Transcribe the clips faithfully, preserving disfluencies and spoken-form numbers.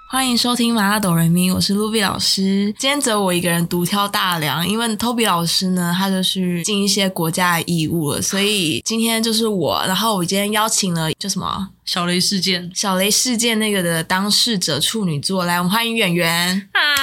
欢迎收听麻辣哆瑞咪，我是 Ruby 老师。今天只有我一个人独挑大梁，因为 Toby 老师呢，他就去尽一些国家的义务了，所以今天就是我。然后我今天邀请了叫什么小雷事件， 小雷事件那个的当事者处女座，来，我们欢迎圆圆。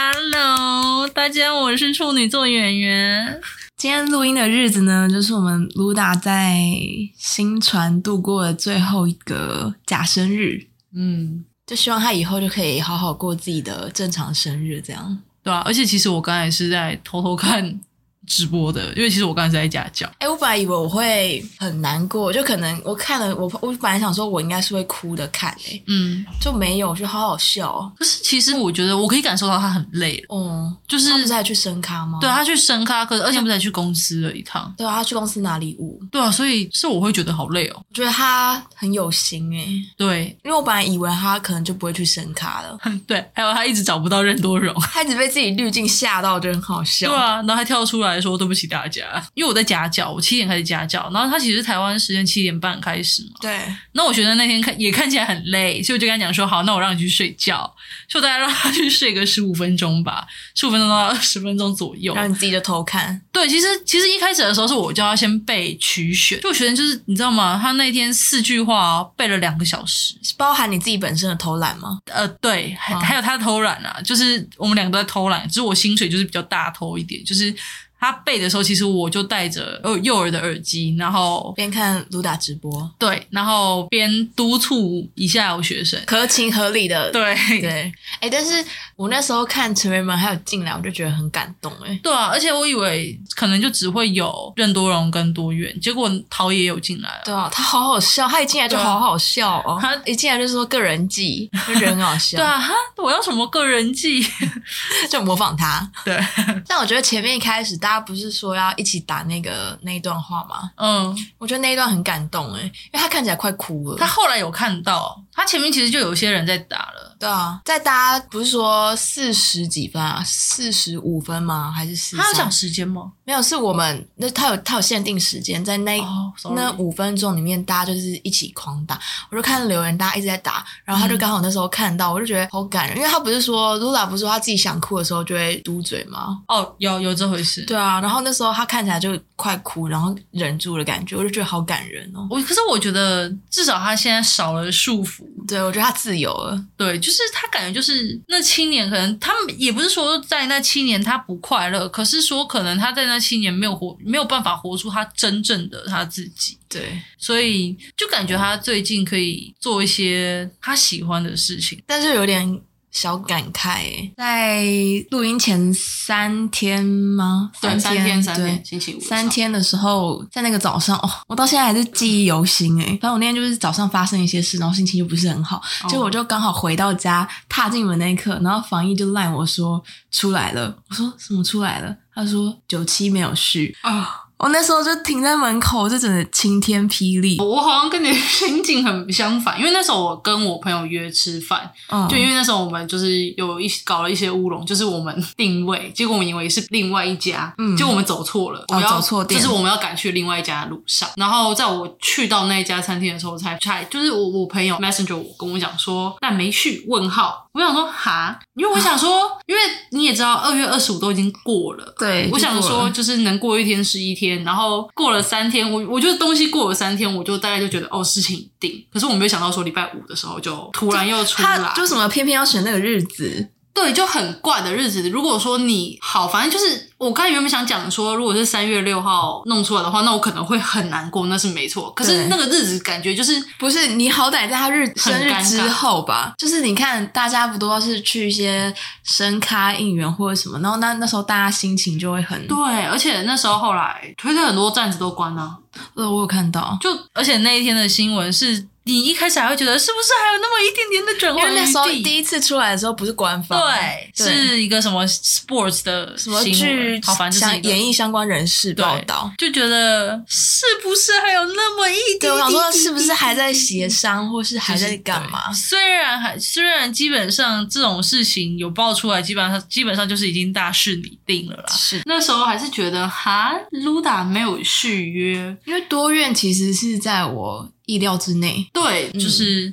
Hello， 大家，我是处女座圆圆。 今天录音的日子呢，就是我们 Luda 在新传度过的最后一个假生日。嗯。就希望他以后就可以好好过自己的正常生日这样。 对啊，而且其实我刚才是在偷偷看直播的，因为其实我刚才是在家教。 诶，我本来以为我会很难过，就可能我看了我我本来想说我应该是会哭的看诶，嗯，就没有，就好好笑哦。 可是其实我觉得我可以感受到他很累了。哦，就是他不是还去深咖吗？ 对，他去深咖，可是而且不是还去公司了一趟。 对啊，他去公司拿礼物。对啊，所以是我会觉得好累哦。 我觉得他很有心诶。 对， 因为我本来以为他可能就不会去深咖了。 对，还有他一直找不到任多荣， 他一直被自己滤镜吓到，就很好笑。 对啊，然后还跳出来说对不起大家。因为我在家教，我七点开始家教，然后他其实台湾时间七点半开始嘛。 对。 那我觉得那天看也看起来很累，所以我就跟他讲说，好，那我让你去睡觉，就大概让他去睡个十五分钟吧，十五分钟到二十分钟左右。 然后你自己就偷看。 对，其实其实一开始的时候是我就要先背曲选，就我学生就是你知道吗？他那天四句话、哦、背了两个小时， 包含你自己本身的偷懒吗？ 呃，对，还、哦、还有他的偷懒啊，就是我们两个都在偷懒，只是我薪水就是比较大偷一点，就是。他背的时候，其实我就戴着幼儿的耳机，然后边看Luda直播， 对，然后边督促一下我学生， 合情合理的， 对对。哎，但是我那时候看成员们还有进来，我就觉得很感动哎。 对啊，而且我以为可能就只会有任多荣跟多元，结果陶也有进来了。 对啊，他好好笑，他一进来就好好笑哦。他一进来就说个人技，就觉得很好笑。 对啊，我要什么个人技， 就模仿他。 对， 但我觉得前面一开始大家不是说要一起打那个那一段话吗？嗯，我觉得那一段很感动诶，因为他看起来快哭了。 他后来有看到，他前面其实就有一些人在打了。 对啊，在大家不是说四十几分啊，四十五分吗？还是四十？ 他有讲时间吗？ 没有，是我们那他有他有限定时间，在那、oh, 那五分钟里面，大家就是一起狂打。我就看留言，大家一直在打，然后他就刚好那时候看到，嗯、我就觉得好感人，因为他不是说 Luda 不是说他自己想哭的时候就会嘟嘴吗？ 哦、oh, ，有有这回事。 对啊，然后那时候他看起来就快哭，然后忍住的感觉，我就觉得好感人哦。 我可是我觉得至少他现在少了束缚， 对，我觉得他自由了。 对，就是他感觉就是那七年，可能他们也不是说在那七年他不快乐，可是说可能他在那七年没有活，没有办法活出他真正的他自己。 对， 所以就感觉他最近可以做一些他喜欢的事情， 但是有点小感慨耶，在录音前三天吗？ 对，三天，三天，星期五三天的时候，在那个早上，哦，我到现在还是记忆犹新诶。反正我那天就是早上发生一些事，然后心情就不是很好，哦、结果我就刚好回到家，踏进门那一刻，然后防疫就赖我说出来了，我说什么出来了？他说九七没有续啊。哦，我那时候就停在门口，就整个晴天霹雳。 我好像跟你心境很相反，因为那时候我跟我朋友约吃饭，嗯，就因为那时候我们就是有一搞了一些乌龙，就是我们定位，结果我们以为是另外一家，嗯，结果我们走错了，我们要、 哦、走错店， 就是我们要赶去另外一家的路上。然后在我去到那一家餐厅的时候才，才就是我我朋友 Messenger 我跟我讲说，但没续问号。我想说哈，因为我想说，因为你也知道二月二十五都已经过了， 对， 我想说就是能过一天是一天。然后过了三天，我我觉得东西过了三天，我就大概就觉得哦，事情定。可是我没有想到说礼拜五的时候就突然又出来， 他就什么偏偏要选那个日子， 对，就很怪的日子。如果说你好，反正就是我刚才原本想讲说，如果是三月六号弄出来的话，那我可能会很难过，那是没错。可是那个日子感觉就是不是你好歹在他日生日之后吧？就是你看大家不都是去一些深咖应援或者什么，然后那那时候大家心情就会很对，而且那时候后来推特很多站子都关了， 呃，我有看到， 就而且那一天的新闻是。你一开始还会觉得是不是还有那么一点点的转换余地？ 因为那时候第一次出来的时候不是官方， 对，对是一个什么 sports 的什么剧， 好，反正就是演艺相关人士报道， 就觉得是不是还有那么一点点？ 对，我想说是不是还在协商，或是还在干嘛？ 就是、虽然还虽然基本上这种事情有爆出来，基本上基本上就是已经大势已定了啦。 是那时候还是觉得哈 ，Luda 没有续约， 因为多院其实是在我意料之内， 对，就是、嗯、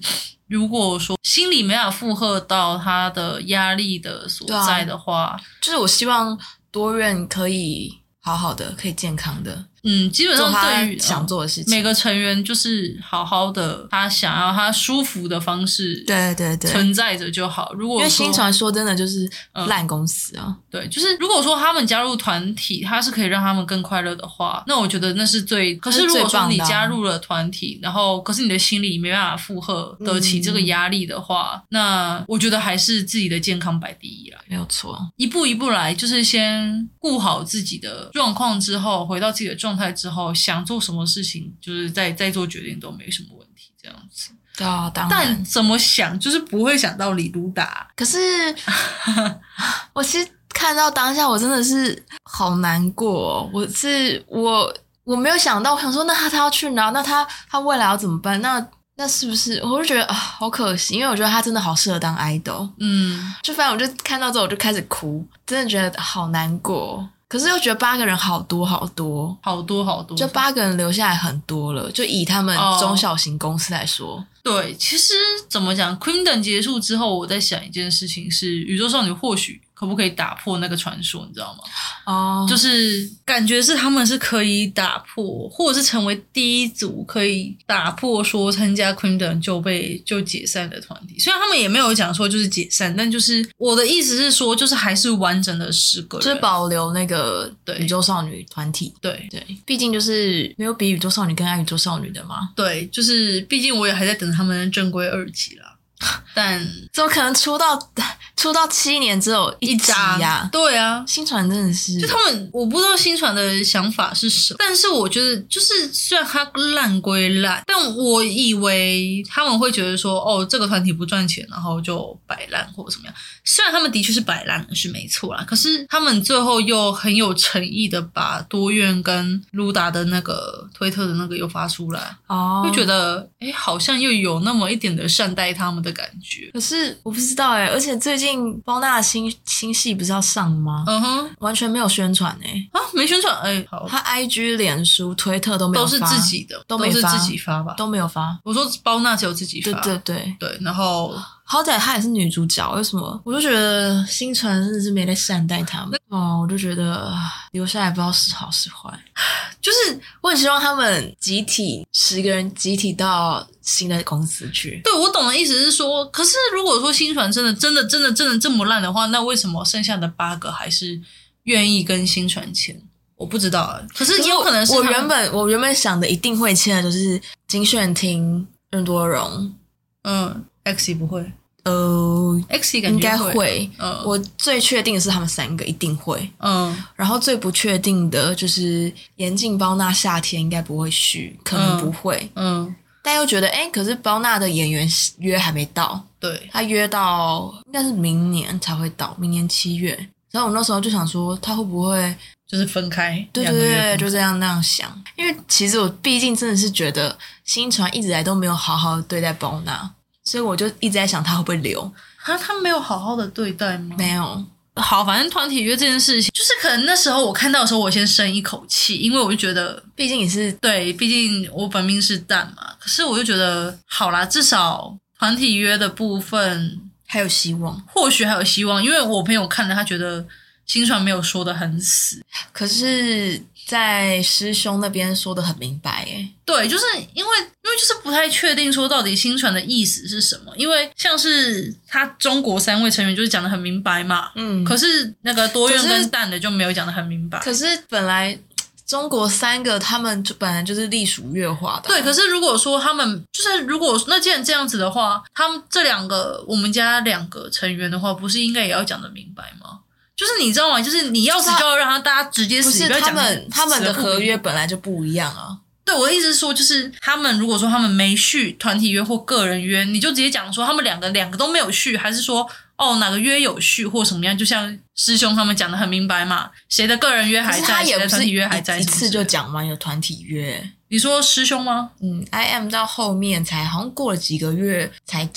如果说心里没法负荷到他的压力的所在的话，啊、 就是我希望多院可以好好的，可以健康的。 嗯，基本上对于想做的事情， 每个成员就是好好的，他想要他舒服的方式， 对对对， 存在着就好。如果因为新传说真的就是烂公司啊、 嗯，对，就是如果说他们加入团体，他是可以让他们更快乐的话，那我觉得那是最。可是如果说你加入了团体，然后可是你的心理没办法负荷得起这个压力的话，嗯、那我觉得还是自己的健康摆第一啦， 没有错。一步一步来，就是先顾好自己的状况之后，回到自己的状态之后，想做什么事情，就是再再做决定都没什么问题，这样子。 对啊，当然。 但怎么想，就是不会想到李鲁达。 可是我其实看到当下，我真的是好难过、哦。我是我我没有想到，我想说，那他他要去哪？那他他未来要怎么办？那那是不是？我就觉得啊，好可惜，因为我觉得他真的好适合当 idol。嗯，就反正我就看到之后，我就开始哭，真的觉得好难过。可是又觉得八个人好多好多好多好多， 就八个人留下来很多了，就以他们中小型公司来说。哦、 对，其实怎么讲 Queendom 结束之后，我在想一件事情是，宇宙少女或许可不可以打破那个传说，你知道吗？哦，就是感觉是他们是可以打破，或者是成为第一组可以打破说参加 Queendom 就被就解散的团体。虽然他们也没有讲说就是解散，但就是我的意思是说，就是还是完整的十个人， 就是保留那个宇宙少女团体。 对对，毕竟就是没有比宇宙少女更爱宇宙少女的嘛。 对，就是毕竟我也还在等他们正规二集啦。但怎么可能出到出到七年只有一集呀？ 对啊， 新传真的是， 就他们我不知道新传的想法是什么，但是我觉得就是虽然它烂归烂，但我以为他们会觉得说，哦，这个团体不赚钱，然后就摆烂或者怎么样。虽然他们的确是摆烂是没错啦，可是他们最后又很有诚意的把多院跟卢达的那个推特的那个又发出来，哦，就觉得诶好像又有那么一点的善待他们的感觉。 可是我不知道诶，而且最近包娜的新新戏不是要上吗？嗯哼，完全没有宣传诶。 啊，没宣传诶，好， 他 I G 脸书推特都没有发， 都是自己的， 都没发， 都是自己发吧， 都没有发。 我说包娜只有自己发， 对对对对，然后好歹她也是女主角，为什么？我就觉得新传真的是没在善待他们哦，我就觉得留下来不知道是好是坏。就是我很希望他们集体十个人集体到新的公司去。 对，我懂的意思是说，可是如果说新传真的真的真的真的这么烂的话，那为什么剩下的八个还是愿意跟新传签？我不知道啊，可是也有可能是我原本我原本想的一定会签的就是金炫廷、任多荣， 嗯 ，X 不会。 呃 ，X 感觉应该会。 嗯， 我最确定的是他们三个一定会。 嗯， 然后最不确定的就是严禁包娜夏天应该不会续，可能不会。嗯，嗯但又觉得，哎，可是包娜的演员约还没到， 对， 他约到应该是明年才会到，明年七月。然后我那时候就想说，他会不会就是分开？ 对对对，就这样那样想。因为其实我毕竟真的是觉得新传一直来都没有好好的对待包娜。所以我就一直在想他会不会留啊？他没有好好的对待吗？ 没有。 好，反正团体约这件事情，就是可能那时候我看到的时候，我先深一口气，因为我就觉得， 毕竟也是对，毕竟我本命是蛋嘛。可是我就觉得，好啦，至少团体约的部分还有希望， 或许还有希望，因为我朋友看了，他觉得新传没有说得很死， 可是在师兄那边说得很明白耶。 对，就是因为因为就是不太确定说到底新传的意思是什么，因为像是他中国三位成员就是讲得很明白嘛，嗯，可是那个多院跟蛋的就没有讲得很明白。 可是本来中国三个他们本来就是隶属乐化的、啊， 对。可是如果说他们就是如果那既然这样子的话，他们这两个我们家两个成员的话，不是应该也要讲得明白吗？就是你知道吗？就是你要死就要让他大家直接死， 不是不要讲他们他们的合约本来就不一样啊。 对，我的意思是说，就是他们如果说他们没续团体约或个人约，你就直接讲说他们两个两个都没有续，还是说哦哪个约有续或什么样？就像师兄他们讲的很明白嘛，谁的个人约还在，谁的团体约还在， 一次就讲完有团体约。 你说师兄吗？ 嗯 ，I M 到后面才好像过了几个月才讲，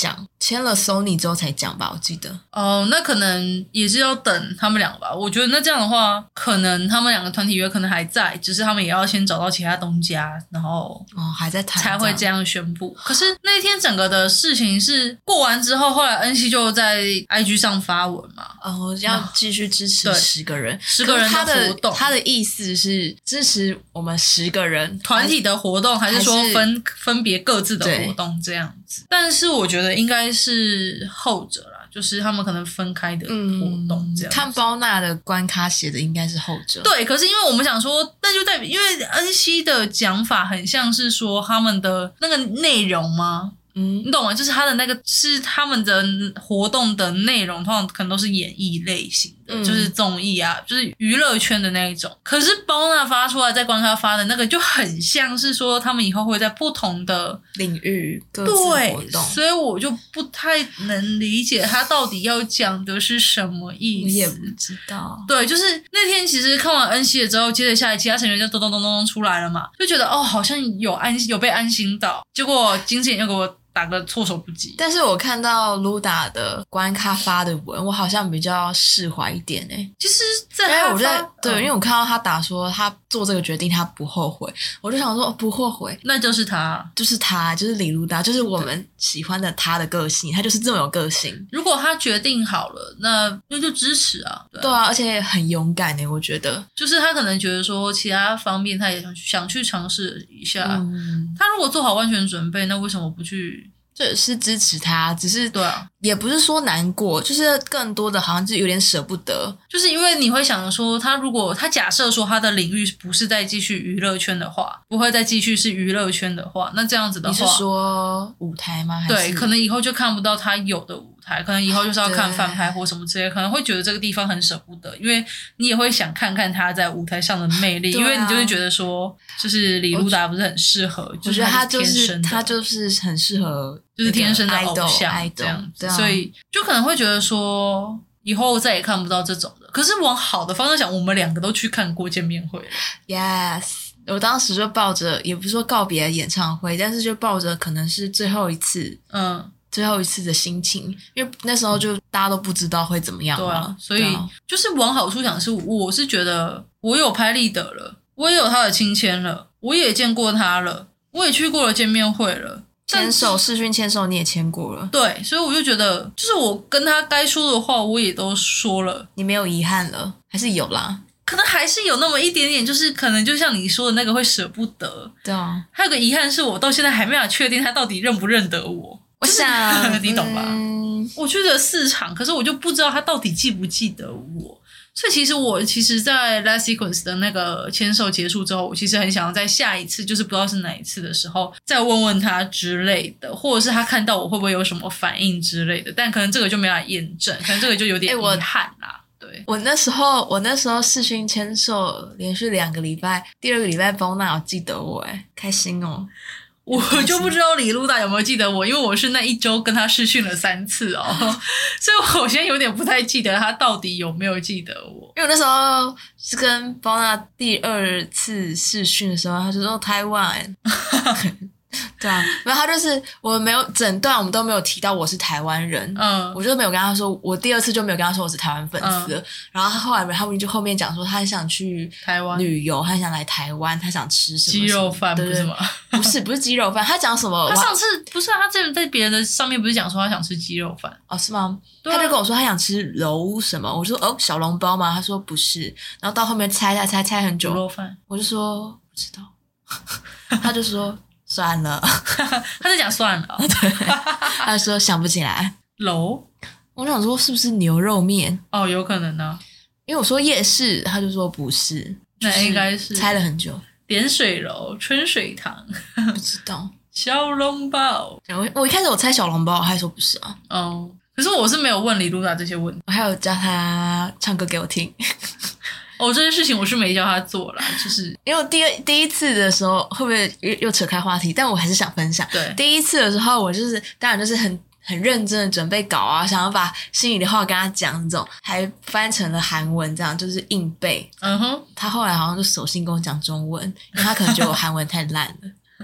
签了 Sony 之后才讲吧，我记得。 哦，那可能也是要等他们两个吧。我觉得那这样的话，可能他们两个团体约可能还在，只是他们也要先找到其他东家，然后哦还在谈才会这样宣布。可是那一天整个的事情是过完之后，后来恩熙就在 I G 上发文嘛， 哦要继续支持十个人， 十个人的活动。 他的意思是支持我们十个人团体的活动，还是说分分别各自的活动这样子？但是我觉得应该是后者啦，就是他们可能分开的活动这样子。 嗯、看包娜的关卡写的应该是后者。 对，可是因为我们想说，那就代表因为恩熙的讲法很像是说他们的那个内容吗？嗯，你懂吗？就是他的那个是他们的活动的内容，通常可能都是演艺类型的，嗯、就是综艺啊，就是娱乐圈的那一种。可是包娜发出来在关卡发的那个，就很像是说他们以后会在不同的领域各自活动， 对，所以我就不太能理解他到底要讲的是什么意思。 我也不知道。 对，就是那天其实看完恩熙了之后，接着下来其他成员就咚咚咚咚咚出来了嘛，就觉得哦，好像有安有被安心到，结果经纪人又给我打个措手不及。 但是我看到 Luda 的关卡发的文，我好像比较释怀一点诶。 其实在他因为我在对、 嗯， 因为我看到他打说他做这个决定他不后悔，我就想说、哦、不后悔， 那就是他， 就是他，就是李Luda，就是我们喜欢的他的个性，他就是这么有个性。 如果他决定好了，那那就支持啊。对啊， 对啊，而且很勇敢诶，我觉得。 就是他可能觉得说其他方面他也想想去尝试一下。 嗯， 他如果做好万全准备，那为什么不去？ 这是支持他，只是对啊， 也不是说难过，就是更多的好像是有点舍不得， 就是因为你会想说，他如果他假设说他的领域不是在继续娱乐圈的话，不会再继续是娱乐圈的话，那这样子的话， 你是说舞台吗？还是对，可能以后就看不到他有的舞台，可能以后就是要看翻拍或什么之类，可能会觉得这个地方很舍不得，因为你也会想看看他在舞台上的魅力，啊、因为你就会觉得说，就是李Luda不是很适合， 我觉得他就就是他就是很适合。 就是天生的偶像这样子，所以就可能会觉得说以后再也看不到这种的。可是往好的方向想，我们两个都去看过见面会了。 Yes， 我当时就抱着也不是说告别演唱会，但是就抱着可能是最后一次，嗯，最后一次的心情，因为那时候就大家都不知道会怎么样嘛。 对啊，所以就是往好处想是，我是觉得我有拍立得了，我也有他的亲签了，我也见过他了，我也去过了见面会了。 牵手视讯牵手你也牵过了， 对，所以我就觉得就是我跟他该说的话我也都说了， 你没有遗憾了，还是有啦， 可能还是有那么一点点，就是可能就像你说的那个会舍不得。 对啊， 还有个遗憾是我到现在还没法确定他到底认不认得我， 我想、 就是、你懂吧、 嗯、 我去了四场，可是我就不知道他到底记不记得我。所以其实我其实在 Last Sequence 的那个签售结束之后，我其实很想要在下一次就是不知道是哪一次的时候再问问他之类的，或者是他看到我会不会有什么反应之类的，但可能这个就没法验证，可能这个就有点遗憾啦、欸、对， 我那时候我那时候视讯签售连续两个礼拜，第二个礼拜包娜有记得我诶，开心哦。 我就不知道李Luda有没有记得我，因为我是那一周跟他视讯了三次哦，所以我现在有点不太记得他到底有没有记得我。 因为我那时候是跟包娜第二次视讯的时候，他就说台湾。对啊，然后他就是我们没有整段我们都没有提到我是台湾人，嗯，我就没有跟他说，我第二次就没有跟他说我是台湾粉丝了、嗯、然后他后来他们就后面讲说他很想去台湾旅游，他很想来台湾，他想吃什么鸡肉饭，不是吗？ 不是不是鸡肉饭，他讲什么？ 他上次不是、啊、他之前在别人的上面不是讲说他想吃鸡肉饭哦？是吗？ 对啊、 他就跟我说他想吃肉什么，我说哦小笼包吗？他说不是，然后到后面猜猜猜猜很久， 卤肉饭， 我就说不知道，他就说。算了， 他在讲算了、哦， 对，他说想不起来。 楼， 我想说是不是牛肉面？ 哦，有可能呢、啊， 因为我说夜市，他就说不是， 那应该是猜了很久。 点水楼、春水堂， 不知道。 小笼包， 我我一开始我猜小笼包，他还说不是啊。 哦，可是我是没有问李Luda这些问题， 我还有叫他唱歌给我听。 哦，这件事情我是没叫他做啦，就是因为我第二第一次的时候会不会又又扯开话题？但我还是想分享。 对， 第一次的时候，我就是当然就是很很认真的准备稿啊，想要把心里的话跟他讲，这种还翻成了韩文，这样就是硬背。嗯哼，他后来好像就索性跟我讲中文，因为他可能觉得我韩文太烂了。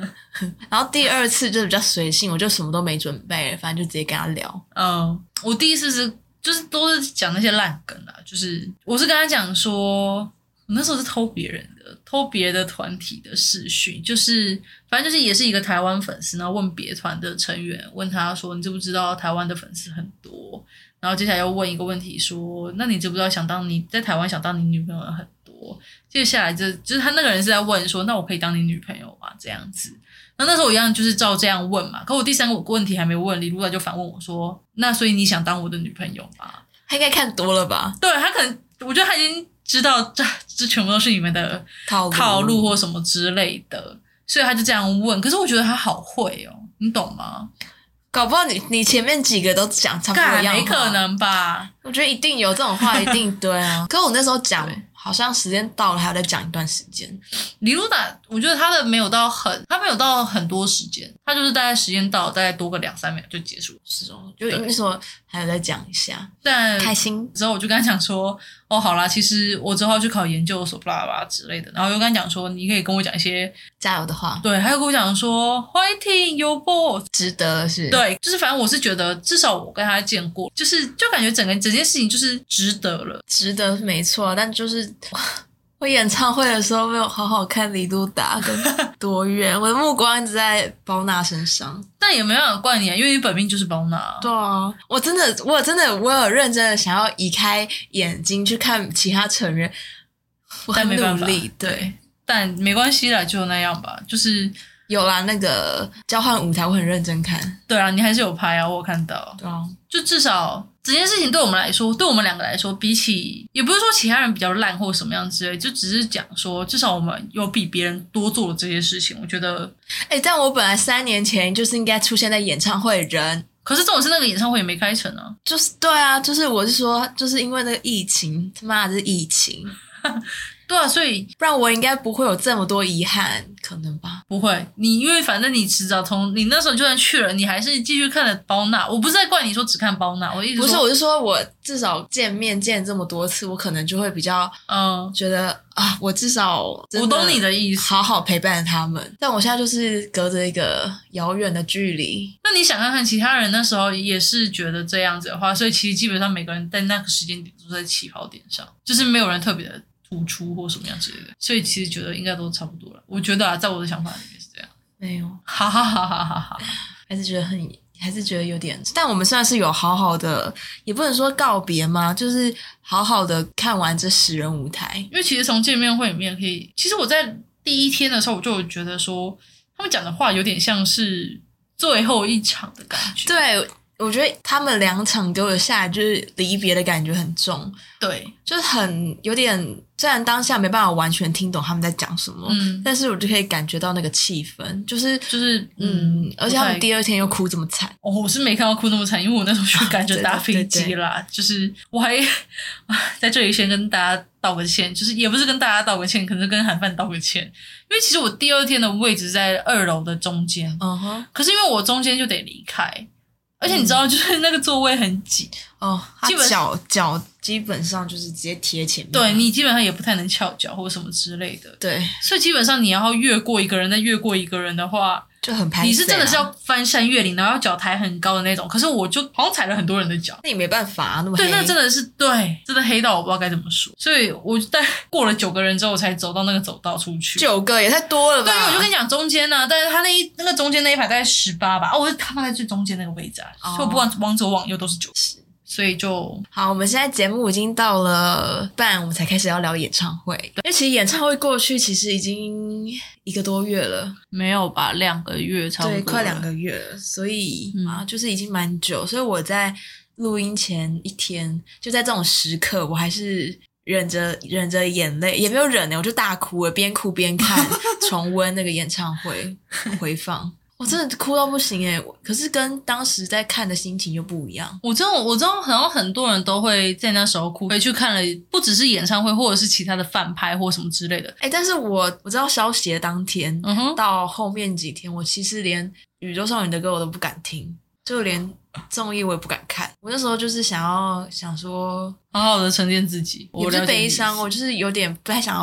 然后第二次就比较随性，我就什么都没准备，反正就直接跟他聊。 嗯，我第一次是就是都是讲那些烂梗啊，就是我是跟他讲说，我那时候是偷别人的，偷别的团体的视讯，就是反正就是也是一个台湾粉丝，然后问别团的成员，问他说你知不知道台湾的粉丝很多，然后接下来又问一个问题说，那你知不知道想当你在台湾想当你女朋友的很多，接下来就就是他那个人是在问说，那我可以当你女朋友吗？这样子。那那时候我一样就是照这样问嘛，可我第三个问题还没问，李露娜就反问我说，那所以你想当我的女朋友吗？ 他应该看多了吧？ 对，他可能我觉得他已经知道这这全部都是你们的套路套路或什么之类的，所以他就这样问。可是我觉得他好会哦，你懂吗？ 搞不好你你前面几个都讲差不多一样话， 没可能吧？ 我觉得一定有这种话，一定对啊。可是我那时候讲，好像时间到了，还要再讲一段时间。 李露娜，我觉得他的没有到很，他没有到很多时间，他就是大概时间到了，大概多个两三秒就结束。 是哦，就那时候还有再讲一下， 但开心之后我就跟他讲说，哦，好啦，其实我之后要去考研究所，巴拉巴拉之类的。然后又跟他讲说，你可以跟我讲一些加油的话， 对，还有跟我讲说 ，fighting 有不值得是， 对，就是反正我是觉得，至少我跟他见过，就是就感觉整个整件事情就是值得了， 值得没错，但就是我演唱会的时候没有好好看李路达跟多远，我的目光一直在包娜身上， 但也没办法怪你啊，因为你本命就是包娜。 对啊，我真的，我真的，我有认真的想要移开眼睛去看其他成员，我很努力，对， 对，但没关系啦，就那样吧，就是有啦，那个交换舞台我很认真看， 对啊，你还是有拍啊，我有看到， 对啊， 就至少整件事情对我们来说，对我们两个来说，比起也不是说其他人比较烂或什么样之类，就只是讲说，至少我们有比别人多做了这些事情。我觉得， 哎、欸，但我本来三年前就是应该出现在演唱会人， 可是这种是那个演唱会也没开成啊。 就是对啊，就是我是说，就是因为那个疫情，他妈的是疫情。 对啊，所以不然我应该不会有这么多遗憾，可能吧？ 不会，你因为反正你迟早从你那时候就算去了，你还是继续看了包娜。我不是在怪你说只看包娜，我一直说不是，我是说我至少见面见这么多次，我可能就会比较嗯觉得啊，我至少我懂你的意思， 好好陪伴他们。但我现在就是隔着一个遥远的距离。 那你想看看其他人那时候也是觉得这样子的话，所以其实基本上每个人在那个时间点都在起跑点上，就是没有人特别的突出或什么样之类的，所以其实觉得应该都差不多了。我觉得啊，在我的想法里面是这样。 没有， 哈哈哈哈哈哈， 还是觉得很，还是觉得有点。但我们算是有好好的，也不能说告别嘛，就是好好的看完这十人舞台。 因为其实从见面会里面可以，其实我在第一天的时候我就有觉得说，他们讲的话有点像是最后一场的感觉。 对。我觉得他们两场给我下来就是离别的感觉很重， 对， 就是很有点，虽然当下没办法完全听懂他们在讲什么，嗯，但是我就可以感觉到那个气氛，就是就是嗯，嗯而且他们第二天又哭这么惨， 哦，我是没看到哭那么惨，因为我那时候去赶着搭飞机啦，对对对对就是我还在这里先跟大家道个歉，就是也不是跟大家道个歉，可能是跟韩范道个歉，因为其实我第二天的位置在二楼的中间，嗯哼，可是因为我中间就得离开。而且你知道，就是那个座位很挤、 嗯、哦，基本脚脚基本上就是直接贴前面， 对你基本上也不太能翘脚或者什么之类的， 对， 所以基本上你要越过一个人再越过一个人的话， 就很拍、啊。 你是真的是要翻山越岭，然后要脚抬很高的那种。可是我就好像踩了很多人的脚， 那你没办法啊，那么黑。 对，那真的是对，真的黑到我不知道该怎么说。所以我在过了九个人之后，我才走到那个走道出去。 九个也太多了吧？ 对，因为我就跟你讲中间呢、啊，但是他那一那个中间那一排大概十八吧，哦，我是他妈在最中间那个位置啊，哦、所以我不管往左往右都是九十。所以就好，我们现在节目已经到了半，我们才开始要聊演唱会。因为其实演唱会过去其实已经一个多月了， 没有吧？两个月差不多， 对，快两个月了。所以、嗯、啊，就是已经蛮久。所以我在录音前一天，就在这种时刻，我还是忍着忍着眼泪，也没有忍呢，我就大哭了，边哭边看重温那个演唱会回放。我真的哭到不行诶，可是跟当时在看的心情又不一样。 我知道，我知道，好像很多人都会在那时候哭，回去看了，不只是演唱会，或者是其他的翻拍或什么之类的。 诶，但是我我知道消息的当天，嗯哼，到后面几天，我其实连宇宙少女的歌我都不敢听，就连综艺我也不敢看。我那时候就是想要想说， 好好的沉淀自己。 也不是悲伤，我就是有点不太想要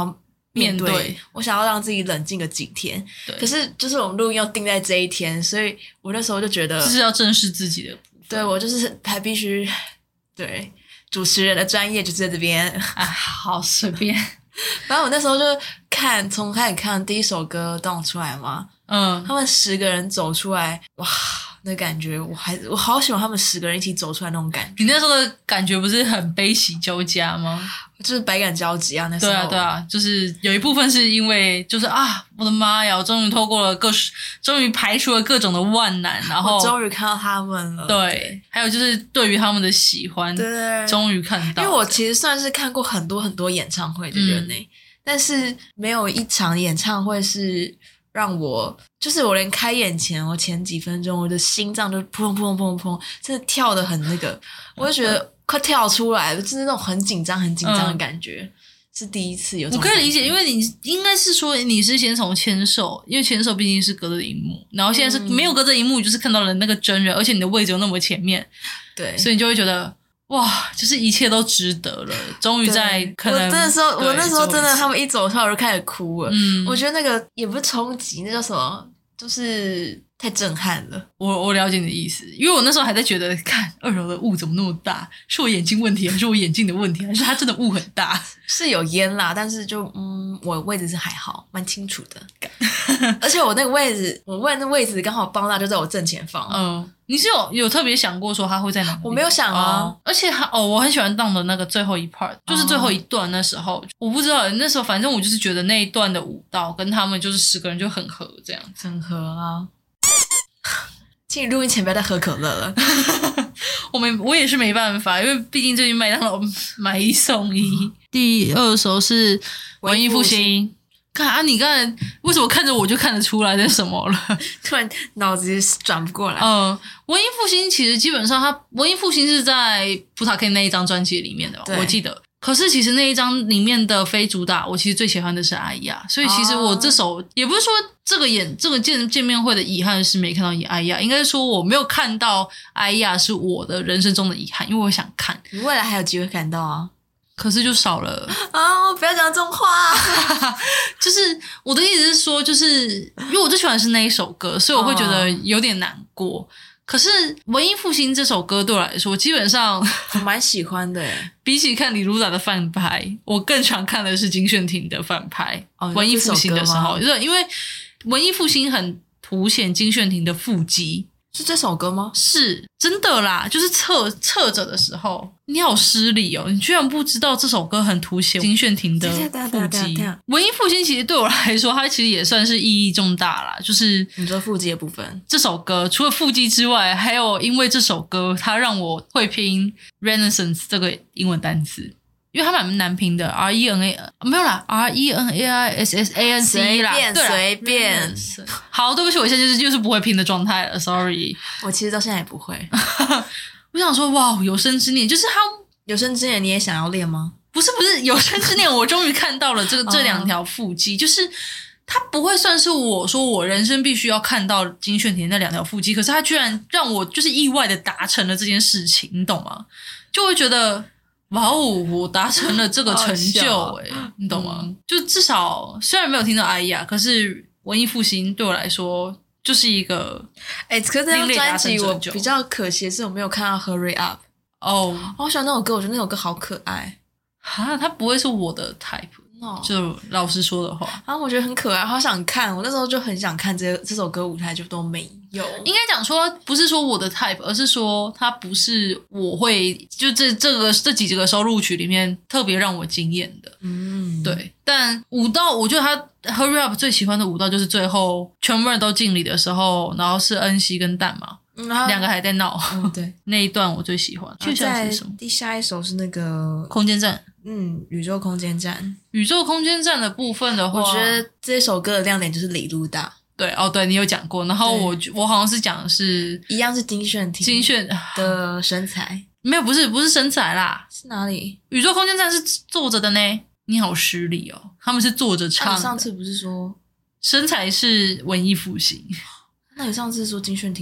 面对， 面对我想要让自己冷静个几天。可是就是我们录音又定在这一天，所以我那时候就觉得这是要正视自己的部分。 对，我就是还必须对主持人的专业就在这边。 啊，好随便。 反正我那时候就看，从开始看第一首歌动出来嘛， 嗯， 他们十个人走出来，哇，那感觉我还我好喜欢他们十个人一起走出来那种感觉。 你那时候的感觉不是很悲喜交加吗？ 就是百感交集啊，那时候。 对啊，对啊，就是有一部分是因为就是啊，我的妈呀，我终于透过了各，终于排除了各种的万难，然后我终于看到他们了。 对， 对还有就是对于他们的喜欢， 对， 终于看到。 因为我其实算是看过很多很多演唱会的人呢、欸嗯，但是没有一场演唱会是让我，就是我连开演前，我前几分钟我的心脏就砰砰砰砰砰，真的跳得很那个，我就觉得快跳出来了，就是那种很紧张很紧张的感觉。嗯，是第一次有这种感觉。 我可以理解，因为你应该是说你是先从牵手，因为牵手毕竟是隔着荧幕，然后现在是没有隔着荧幕，就是看到了那个真人，而且你的位置又那么前面， 对， 所以你就会觉得哇，就是一切都值得了。终于在可能， 我那时候，我那时候真的，他们一走出来我就开始哭了。 嗯， 我觉得那个也不是冲击，那叫什么？就是太震撼了。 我我了解你的意思，因为我那时候还在觉得，看二楼的雾怎么那么大，是我眼睛问题，还是我眼镜的问题，还是它真的雾很大？ 是有烟啦，但是就嗯，我位置是还好，蛮清楚的。而且我那个位置，我问那位置刚好邦纳就在我正前方。 嗯，你是有有特别想过说他会在哪里？ 我没有想啊， 哦、而且哦，我很喜欢荡的那个最后一 part， 就是最后一段那时候，哦、我不知道那时候，反正我就是觉得那一段的舞蹈跟他们就是十个人就很合，这样很合啊。请你录音前不要再喝可乐了。 我没，我也是没办法，因为毕竟最近麦当劳买一送一。第二首是文艺复兴。看啊，你刚才为什么看着我就看得出来那什么了？ 突然脑子转不过来。 嗯，文艺复兴其实基本上它文艺复兴是在葡萄 K 那一张专辑里面的，我记得。可是其实那一张里面的非主打，我其实最喜欢的是艾亚，所以其实我这首、oh. 也不是说这个演这个见见面会的遗憾是没看到艾亚，应该是说我没有看到艾亚是我的人生中的遗憾，因为我想看。 你未来还有机会看到啊， 可是就少了啊、哦！不要讲这种话。 就是我的意思是说，就是因为我最喜欢的是那一首歌，所以我会觉得有点难过。Oh.可是文艺复兴这首歌对我来说，基本上我蛮喜欢的耶。 比起看李如达的翻拍，我更常看的是金炫廷的翻拍。哦、文艺复兴的时候，因为文艺复兴很凸显金炫廷的腹肌。 是这首歌吗？ 是真的啦，就是侧侧着的时候，你好失礼哦！你居然不知道这首歌很凸显金炫廷的腹肌。文艺复兴其实对我来说，它其实也算是意义重大啦。就是你说腹肌的部分， 这首歌除了腹肌之外，还有因为这首歌，它让我会拼 Renaissance 这个英文单词。因为它蛮难拼的 ，R E N A 没有啦 ，R E N A I S S A N C 啦， 随便随便。 好，对不起，我现在就是就是不会拼的状态了 ，sorry。 我其实到现在也不会。 我想说，哇，有生之年，就是他有生之年，你也想要练吗？ 不是不是，有生之年，我终于看到了这个这两条腹肌，就是它不会算是我说我人生必须要看到金炫廷那两条腹肌，可是他居然让我就是意外的达成了这件事情，你懂吗？就会觉得。哇哦！我达成了这个成就诶、欸、你懂吗、嗯？就至少虽然没有听到哎呀，可是文艺复兴对我来说就是一个哎、欸，可是这张专辑我比较可惜的是我没有看到 Hurry Up 哦， 我好喜欢那首歌，我觉得那首歌好可爱哈，它不会是我的 type， 就老实说的话啊，我觉得很可爱，好想看，我那时候就很想看这这首歌舞台，就都没有。 应该讲说不是说我的 type， 而是说它不是我会就这这个这几个收录曲里面特别让我惊艳的。嗯，对。但舞蹈，我觉得他 Hurry Up 最喜欢的舞蹈就是最后全部人都敬礼的时候，然后是恩熙跟蛋嘛。嗯、两个还在闹、 嗯，对， 那一段我最喜欢。接下来是什么？ 第下一首是那个空间站， 嗯，宇宙空间站。 宇宙空间站的部分的话， 我觉得这首歌的亮点就是李路大。 对，哦，对你有讲过，然后我我好像是讲的是一样是金炫廷， 金炫的身材， 没有，不是不是身材啦， 是哪里？ 宇宙空间站是坐着的呢，你好失礼哦，他们是坐着唱的。 啊、你上次不是说身材是文艺复兴？ 那你上次说金炫廷什么？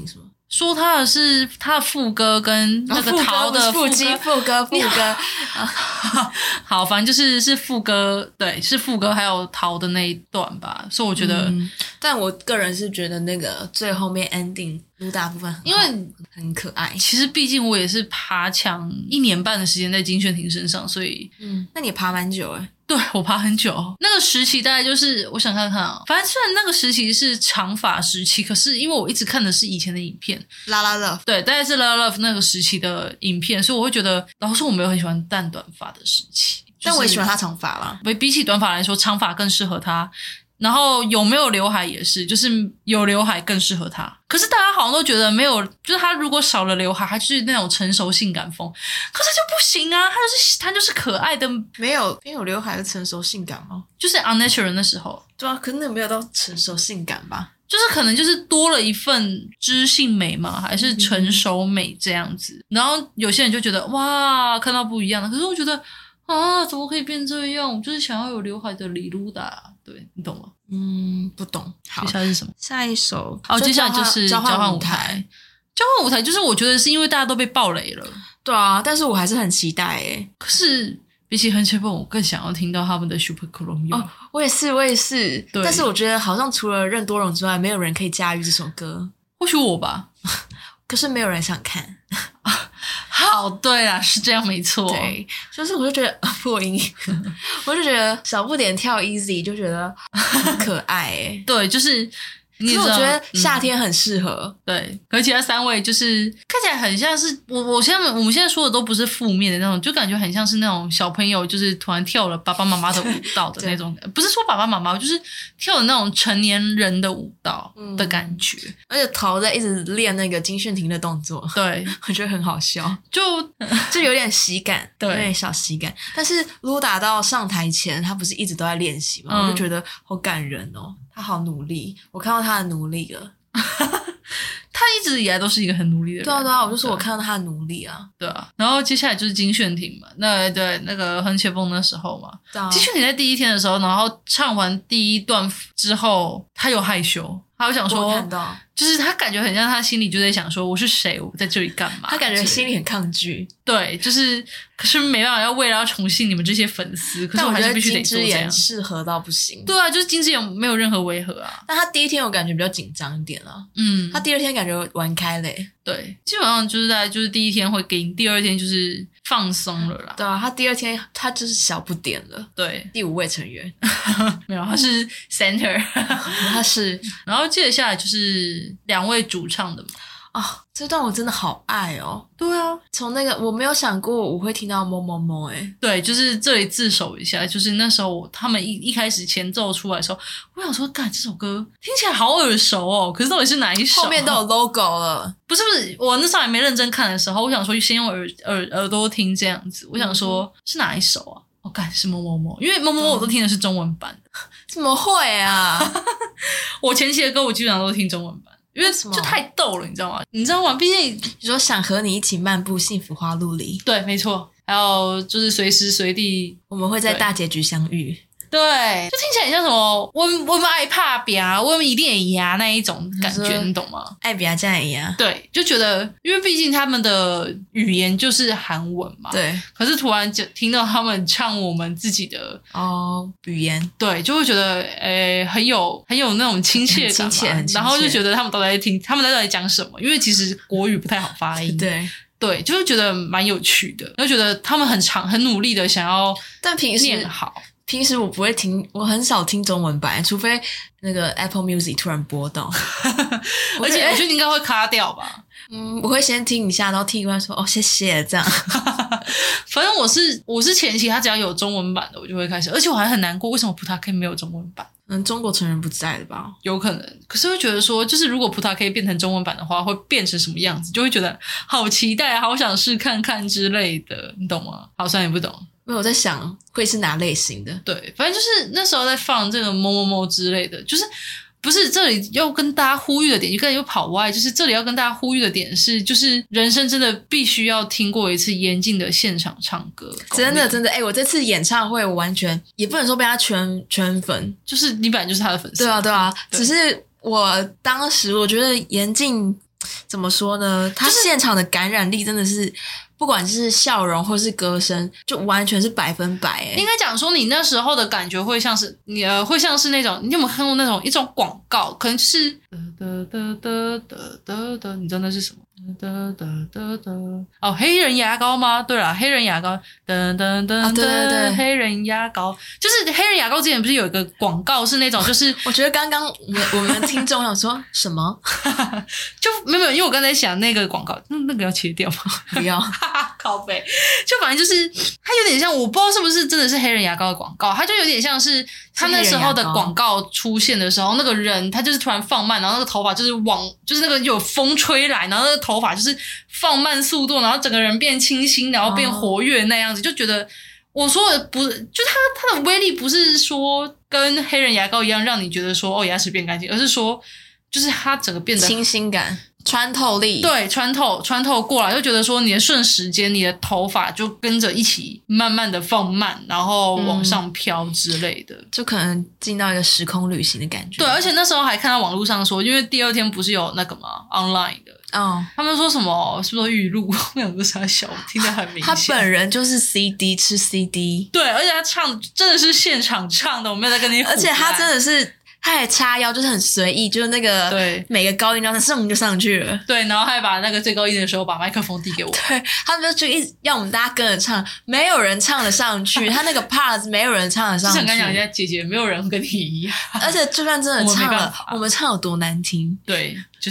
说他的是他的副歌跟那个陶的副歌副歌副歌好，反正就是是副歌，对，是副歌还有陶的那一段吧，所以我觉得、 嗯、但我个人是觉得那个最后面 ending 卢达部分很好， 因为很可爱。 其实毕竟我也是爬墙一年半的时间在金炫廷身上，所以嗯，那你也爬蛮久诶。 对，我爬很久，那个时期大概就是我想看看啊，反正虽然那个时期是长发时期，可是因为我一直看的是以前的影片， 啦啦 love， 对，大概是 La La Love 那个时期的影片，所以我会觉得，老实说我没有很喜欢淡短发的时期，就是、 但我也喜欢他长发啦。 比比起短发来说，长发更适合他。然后有没有刘海也是，就是有刘海更适合他。可是大家好像都觉得没有，就是他如果少了刘海，他就是那种成熟性感风。可是就不行啊，他就是他就是可爱的， 没有没有刘海的成熟性感吗？ 就是 unnatural 的时候。 对啊，可是那没有到成熟性感吧？ 就是可能就是多了一份知性美嘛，还是成熟美这样子。嗯、然后有些人就觉得哇，看到不一样的。可是我觉得啊，怎么可以变这样？我就是想要有刘海的李露达，对你懂吗？ 嗯，不懂。好， 接下来是什么？ 下一首哦，接下来就是交换舞台。交换舞台就是我觉得是因为大家都被爆雷了。 对啊，但是我还是很期待诶。 可是比起很切蹦，我更想要听到他们的 Super Chrome。 哦，我也是，我也是。 对， 但是我觉得好像除了任多荣之外，没有人可以驾驭这首歌。 或许我吧。 可是没有人想看。 好，对啦，是这样没错。 对，就是我就觉得破音，我就觉得小不点跳 easy 就觉得很可爱诶。 对，就是其实我觉得夏天很适合。 嗯、对，可是其他三位就是看起来很像是我我现在我们现在说的都不是负面的那种，就感觉很像是那种小朋友就是突然跳了爸爸妈妈的舞蹈的那种，不是说爸爸妈妈，就是跳的那种成年人的舞蹈的感觉。嗯、 而且陶在一直练那个金炫廷的动作， 对我觉得很好笑， 就就有点喜感， 对， 有点小喜感。但是卢达到上台前，他不是一直都在练习吗？嗯、我就觉得好感人哦。他好努力，我看到他的努力了。 他一直以来都是一个很努力的人。 对啊，对啊，我就说我看到他的努力啊。 对啊，然后接下来就是金炫廷嘛，那对那个横切风那时候嘛， 对啊、 金炫廷在第一天的时候，然后唱完第一段之后，他有害羞，他有想说， 看到就是他感觉很像他心里就在想说，我是谁，我在这里干嘛？ 他感觉心里很抗拒。 对，就是可是没办法，要为了要宠幸你们这些粉丝，可是我还是必须得做这样。 适合到不行。 对啊，就是金智妍没有任何违和啊。 但他第一天我感觉比较紧张一点啊。 嗯， 他第二天感觉玩开嘞。 对，基本上就是在就是第一天会给你，第二天就是放松了啦。 对啊，他第二天他就是小不点了。 对， 第五位成员没有，他是 center， 他是。 然后接下来就是两位主唱的嘛。 哦，这段我真的好爱哦。 对啊， 从那个我没有想过我会听到某某某诶。 对，就是这里自首一下，就是那时候他们一一开始前奏出来的时候，我想说，干这首歌听起来好耳熟哦，可是到底是哪一首？ 后面都有 logo 了。 不是不是，我那时候还没认真看的时候，我想说先用耳耳耳朵听这样子，我想说、嗯、是哪一首啊？我、哦、干是某某某，因为某某某我都听的是中文版的。 怎么会啊？ 我前期的歌我基本上都听中文版。因为就太逗了，你知道吗？你知道吗？毕竟你说想和你一起漫步幸福花路里， 对，没错。还有就是随时随地我们会在大结局相遇， 对，就听起来很像什么我们我们爱怕比啊，我们一定也呀那一种感觉，你懂吗？ 爱比啊这样也呀， 对，就觉得因为毕竟他们的语言就是韩文嘛， 对。 可是突然就听到他们唱我们自己的哦语言， 对，就会觉得诶、欸、很有很有那种亲切感嘛， 亲切很亲切， 然后就觉得他们都在听，他们在到底讲什么？因为其实国语不太好发音， 对。 对，就是觉得蛮有趣的，就觉得他们很长很努力的想要但平时念好。 平时我不会听，我很少听中文版，除非那个 Apple Music 突然播到， 而且我觉得你应该会卡掉吧。 嗯，我会先听一下，然后听一半说哦谢谢这样。 反正我是我是前期他只要有中文版的我就会开始，而且我还很难过为什么葡萄 K 没有中文版。 嗯，中国成员不在的吧？ 有可能，可是会觉得说，就是如果葡萄 K 变成中文版的话，会变成什么样子？就会觉得好期待，好想试看看之类的，你懂吗？好，虽然你不懂， 因为我在想会是哪类型的。 对，反正就是那时候在放这个某某某之类的，就是不是这里要跟大家呼吁的点，就跟又跑歪，就是这里要跟大家呼吁的点是，就是人生真的必须要听过一次严禁的现场唱歌， 真的真的，哎、欸，我这次演唱会我完全也不能说被他圈圈粉， 就是你本来就是他的粉丝， 对啊对啊， 对， 只是我当时我觉得严禁怎么说呢？他现场的感染力真的是，不管是笑容或是歌声，就完全是百分百诶。 应该讲说，你那时候的感觉会像是你呃，会像是那种，你有没有看过那种一种广告？可能就是哒哒哒哒哒哒，你知道那是什么？哒哒哒哒哦，黑人牙膏吗？对啦，黑人牙膏，噔噔噔噔， 对对对， 黑人牙膏就是黑人牙膏。之前不是有一个广告是那种，就是我觉得刚刚我们我们的听众想说什么， 就没有没有，因为我刚才想那个广告，那那个要切掉吗？ 不要， 靠背，就反正就是它有点像，我不知道是不是真的是黑人牙膏的广告，它就有点像是它那时候的广告出现的时候，那个人他就是突然放慢，然后那个头发就是往，就是那个有风吹来，然后那个头发就是放慢速度，然后整个人变清新，然后变活跃那样子，就觉得我说的不是，就它它的威力不是说跟黑人牙膏一样让你觉得说哦牙齿变干净，而是说就是它整个变得清新感。穿透力， 对，穿透穿透过来，就觉得说你的瞬时间，你的头发就跟着一起慢慢的放慢，然后往上飘之类的， 嗯、就可能进到一个时空旅行的感觉。 对，而且那时候还看到网络上说，因为第二天不是有那个嘛 online 的， 哦， 他们说什么是不是预录？我想说傻小，听得很明显。 他本人就是 C D 吃 C D， 对，而且他唱真的是现场唱的，我没有在跟你唬烂， 而且他真的是。他还插腰，就是很随意，就是那个对每个高音然后上就上去了， 对，然后还把那个最高音的时候把麦克风递给我， 对，他们就一直要我们大家跟着唱，没有人唱得上去，他那个 part 没有人唱得上去。 就想跟你讲一下，姐姐没有人跟你一样， 而且就算真的唱了，我们, 我们唱有多难听， 对，就是。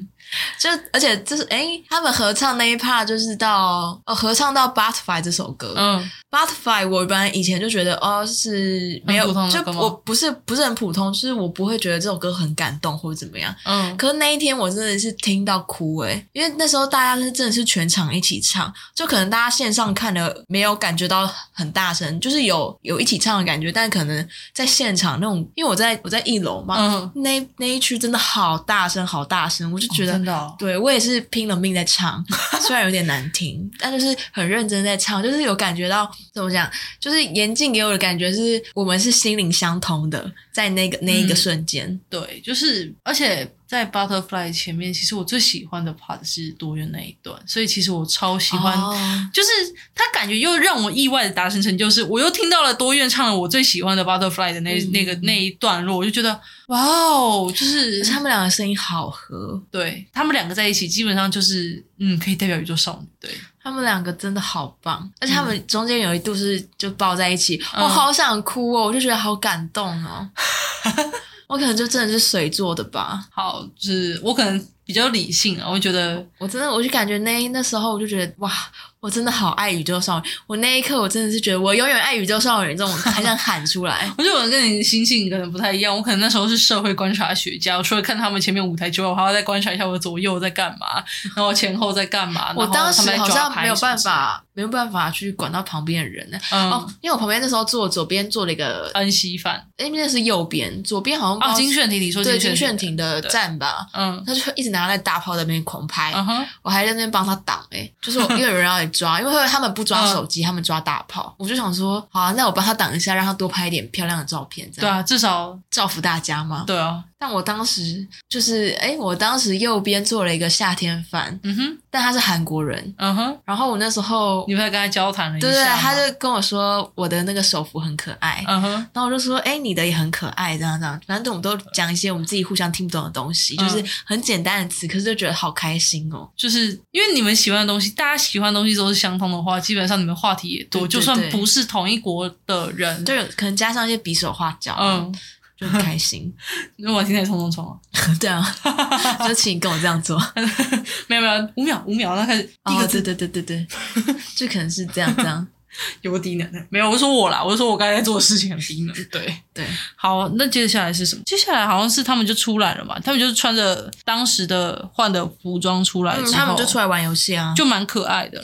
就而且就是诶他们合唱那一 part 就是到哦合唱到 Butterfly 这首歌，嗯 Butterfly 我本来以前就觉得哦是没有很普通的歌吗？ 就我不是不是很普通，就是我不会觉得这首歌很感动或者怎么样，嗯，可是那一天我真的是听到哭诶，因为那时候大家是真的是全场一起唱，就可能大家线上看的没有感觉到很大声，就是有有一起唱的感觉，但可能在现场那种，因为我在我在一楼嘛，嗯，那那一区真的好大声好大声，我就觉得。 哦真的哦、 对我也是拼了命在唱，虽然有点难听，但就是很认真在唱，就是有感觉到怎么讲，就是严禁给我的感觉是我们是心灵相通的，在那个那一个瞬间、嗯， 对，就是而且在 Butterfly 前面，其实我最喜欢的 part 是多元那一段，所以其实我超喜欢，哦、就是他感觉又让我意外的达成成就，是我又听到了多元唱了我最喜欢的 Butterfly 的那、嗯、那个那一段落，我就觉得哇哦，就是他们两个声音好合， 对他们两个在一起基本上就是嗯可以代表宇宙少女，对他们两个真的好棒，而且他们中间有一度是就抱在一起，嗯、我好想哭哦，我就觉得好感动哦。我可能就真的是水做的吧。 好，就是我可能比较理性啊，我觉得我真的，我就感觉那那时候我就觉得哇，我真的好爱宇宙少女。我那一刻我真的是觉得我永远爱宇宙少女这种，还想喊出来。 我觉得我跟你心性可能不太一样，我可能那时候是社会观察学家，我除了看他们前面舞台之外，我还要再观察一下我左右在干嘛，然后前后在干嘛。 我当时好像没有办法，没有办法去管到旁边的人呢、嗯。哦，因为我旁边那时候坐左边坐了一个恩熙范， 那边是右边，左边好像哦金炫廷，你说对金炫廷的站吧，嗯，他就一直拿那大炮在那边狂拍，嗯、我还在那边帮他挡哎、欸，就是我因为有人要来抓，因为他们不抓手机，嗯、他们抓大炮，我就想说好啊，那我帮他挡一下，让他多拍一点漂亮的照片，这样对啊，至少造福大家嘛。 对啊。 但我当时就是哎，我当时右边坐了一个夏天范，嗯哼，但他是韩国人，嗯哼，然后我那时候你不是跟他交谈了一下吗？ 对对，他就跟我说我的那个手幅很可爱，嗯哼，然后我就说哎，你的也很可爱，这样这样，反正我们都讲一些我们自己互相听不懂的东西，嗯、就是很简单的词，可是就觉得好开心哦， 就是因为你们喜欢的东西，大家喜欢的东西都是相通的话，基本上你们话题也多，对对对，就算不是同一国的人， 就有可能加上一些比手画脚，嗯。就很开心， 那我听起来冲冲冲啊！ 对啊，就请你跟我这样做。 没有没有，五秒五秒，那开始第一个字， 哦、对对对对对，就可能是这样这样， 有个低能的，没有，我说我啦，我说我刚才在做的事情很低能，对对。 好，那接下来是什么？接下来好像是他们就出来了嘛，他们就是穿着当时的换的服装出来之后、 嗯，他们就出来玩游戏啊， 就蛮可爱的啦。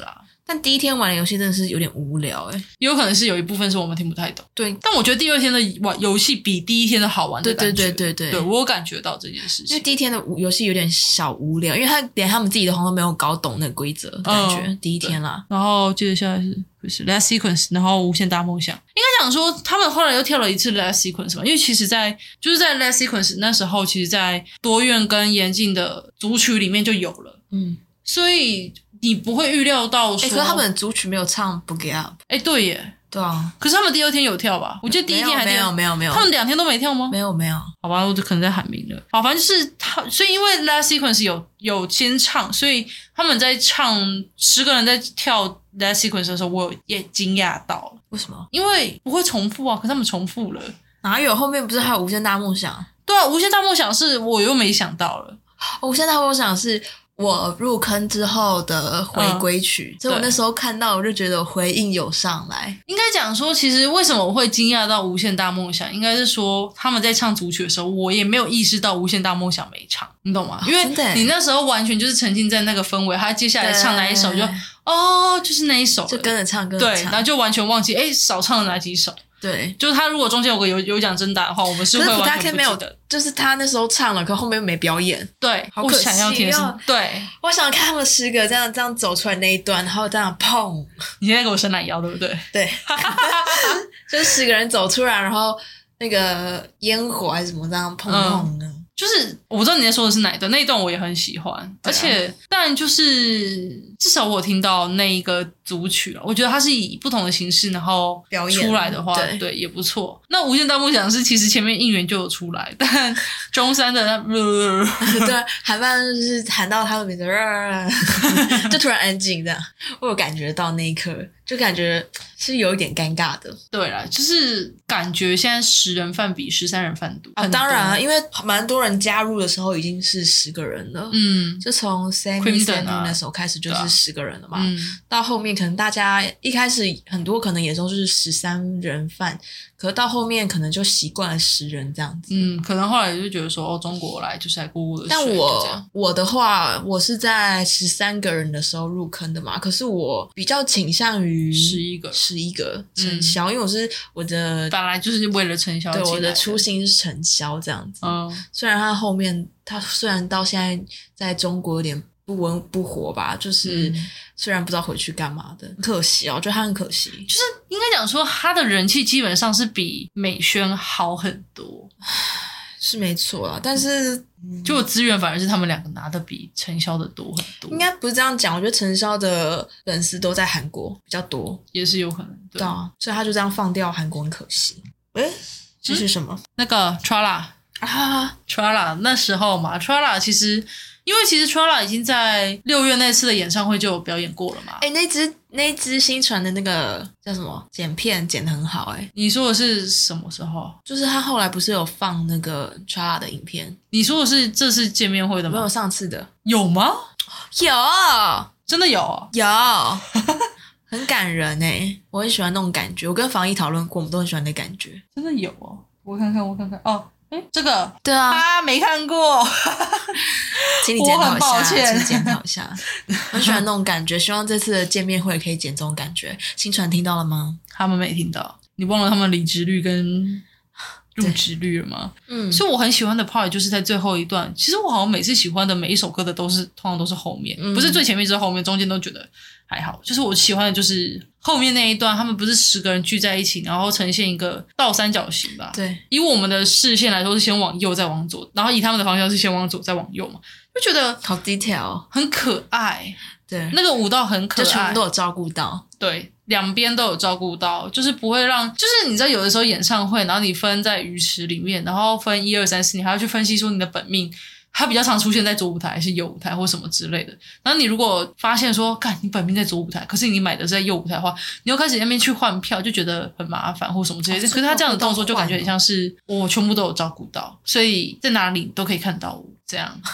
但第一天玩的游戏真的是有点无聊哎、欸， 也有可能是有一部分是我们听不太懂。 对， 但我觉得第二天的玩游戏比第一天的好玩的感觉。 对对对对对， 对我有感觉到这件事情。 因为第一天的游戏有点小无聊，因为他连他们自己的好像都没有搞懂那个规则，感觉、嗯、第一天啦。 然后接着下来是不是 Last Sequence， 然后无限大梦想。应该讲说他们后来又跳了一次 Last Sequence 嘛，因为其实在就是在 Last Sequence 那时候，其实在多院跟岩境的组曲里面就有了。嗯，所以你不会预料到说， 哎、欸，可是他们的组曲没有唱 Book It Up。 哎、欸，对耶。 对啊， 可是他们第二天有跳吧？我记得第一天还没有没有没有， 他们两天都没跳吗？ 没有没有， 好吧，我就可能在喊名了。好，反正就是他，所以因为 Last Sequence 有有先唱，所以他们在唱十个人在跳 Last Sequence 的时候，我也惊讶到了。 为什么？ 因为不会重复啊，可是他们重复了。 哪有？后面不是还有无限大梦想？ 对啊，无限大梦想是我又没想到了。 无限大梦想是我入坑之后的回归曲，嗯、所以我那时候看到我就觉得回应有上来。 应该讲说，其实为什么我会惊讶到无限大梦想，应该是说他们在唱主曲的时候，我也没有意识到无限大梦想没唱，你懂吗？ 哦、 因为你那时候完全就是沉浸在那个氛围，他接下来唱哪一首就哦，就是那一首， 就跟着唱，跟着唱， 对，然后就完全忘记哎少唱了哪几首。 对， 就是他如果中间有个有有奖征答的话，我们是会完全不记得。 就是他那时候唱了，可后面没表演。 对， 好可惜、哦、 我想要听的是对， 我想看他们十个这样这样走出来那一段，然后这样砰。 你现在给我伸懒腰，对不对？ 对，就是十个人走出来，然后那个烟火还是什么这样砰砰的。嗯， 就是我不知道你在说的是哪一段，那一段我也很喜欢，啊、而且但就是至少我听到那一个组曲了，我觉得它是以不同的形式然后表演出来的话，对, 对也不错。那无限大梦想是其实前面应援就有出来，但中山的那对喊伴就是喊到他的名字就突然安静这样，我有感觉到那一刻就感觉是有一点尴尬的。 对啦，就是感觉现在十人饭比十三人饭多、 啊、当然啊，因为蛮多人加入的时候已经是十个人了，嗯，就从 Sammy Sammy 那时候开始就是十个人了嘛、嗯、到后面可能大家一开始很多可能也都是十三人饭，可是到后面可能就习惯了十人这样子， 嗯，可能后来就觉得说哦，中国来就是来过过的水。 但我我的话，我是在十三个人的时候入坑的嘛，可是我比较倾向于十一个十一个承销、嗯，因为我是我的本来就是为了承销， 对，我的初心是承销这样子。嗯，虽然他后面他虽然到现在在中国有点不温不火吧，就是虽然不知道回去干嘛的，很可惜哦，我觉得他很可惜。 就是应该讲说他的人气基本上是比美宣好很多， 是没错啦，但是就资源反而是他们两个拿的比承销的多很多。 应该不是这样讲，我觉得承销的粉丝都在韩国比较多， 也是有可能。对啊，所以他就这样放掉韩国很可惜。诶，这是什么？ 嗯、那个 Trala 啊 Trala 那时候嘛 Trala 其实因为其实 Trala 已经在六月那次的演唱会就有表演过了嘛。 诶，那支那支新传的那个叫什么剪片剪得很好诶。 你说的是什么时候？ 就是他后来不是有放那个 Trala 的影片。 你说的是这次见面会的吗？ 没有，上次的。 有吗？ 有， 真的有有很感人诶，我很喜欢那种感觉，我跟防疫讨论过，我们都很喜欢那感觉。 真的有哦，我看看我看看哦，诶这个对啊， 啊没看过请你检讨一下， 我很抱歉请检讨一下。我很喜欢那种感觉，希望这次的见面会可以剪这种感觉。新传听到了吗？ 他们没听到，你忘了他们离职率跟入职率了吗？嗯，所以我很喜欢的 part 就是在最后一段。其实我好像每次喜欢的每一首歌的都是通常都是后面、嗯、不是最前面就是后面，中间都觉得还好。就是我喜欢的就是后面那一段，他们不是十个人聚在一起，然后呈现一个倒三角形吧。 对， 以我们的视线来说是先往右再往左，然后以他们的方向是先往左再往右嘛，就觉得好 detail， 很可爱。 对， 那个舞蹈很可爱， 就全部都有照顾到。 对，两边都有照顾到，就是不会让，就是你知道有的时候演唱会，然后你分在鱼池里面，然后分一二三四，你还要去分析说你的本命它比较常出现在左舞台还是右舞台或什么之类的。然后你如果发现说干你本命在左舞台，可是你买的是在右舞台的话，你又开始在那边去换票，就觉得很麻烦或什么之类的、哦、可是他这样的动作就感觉很像是我全部都有照顾到，所以在哪里都可以看到我这样。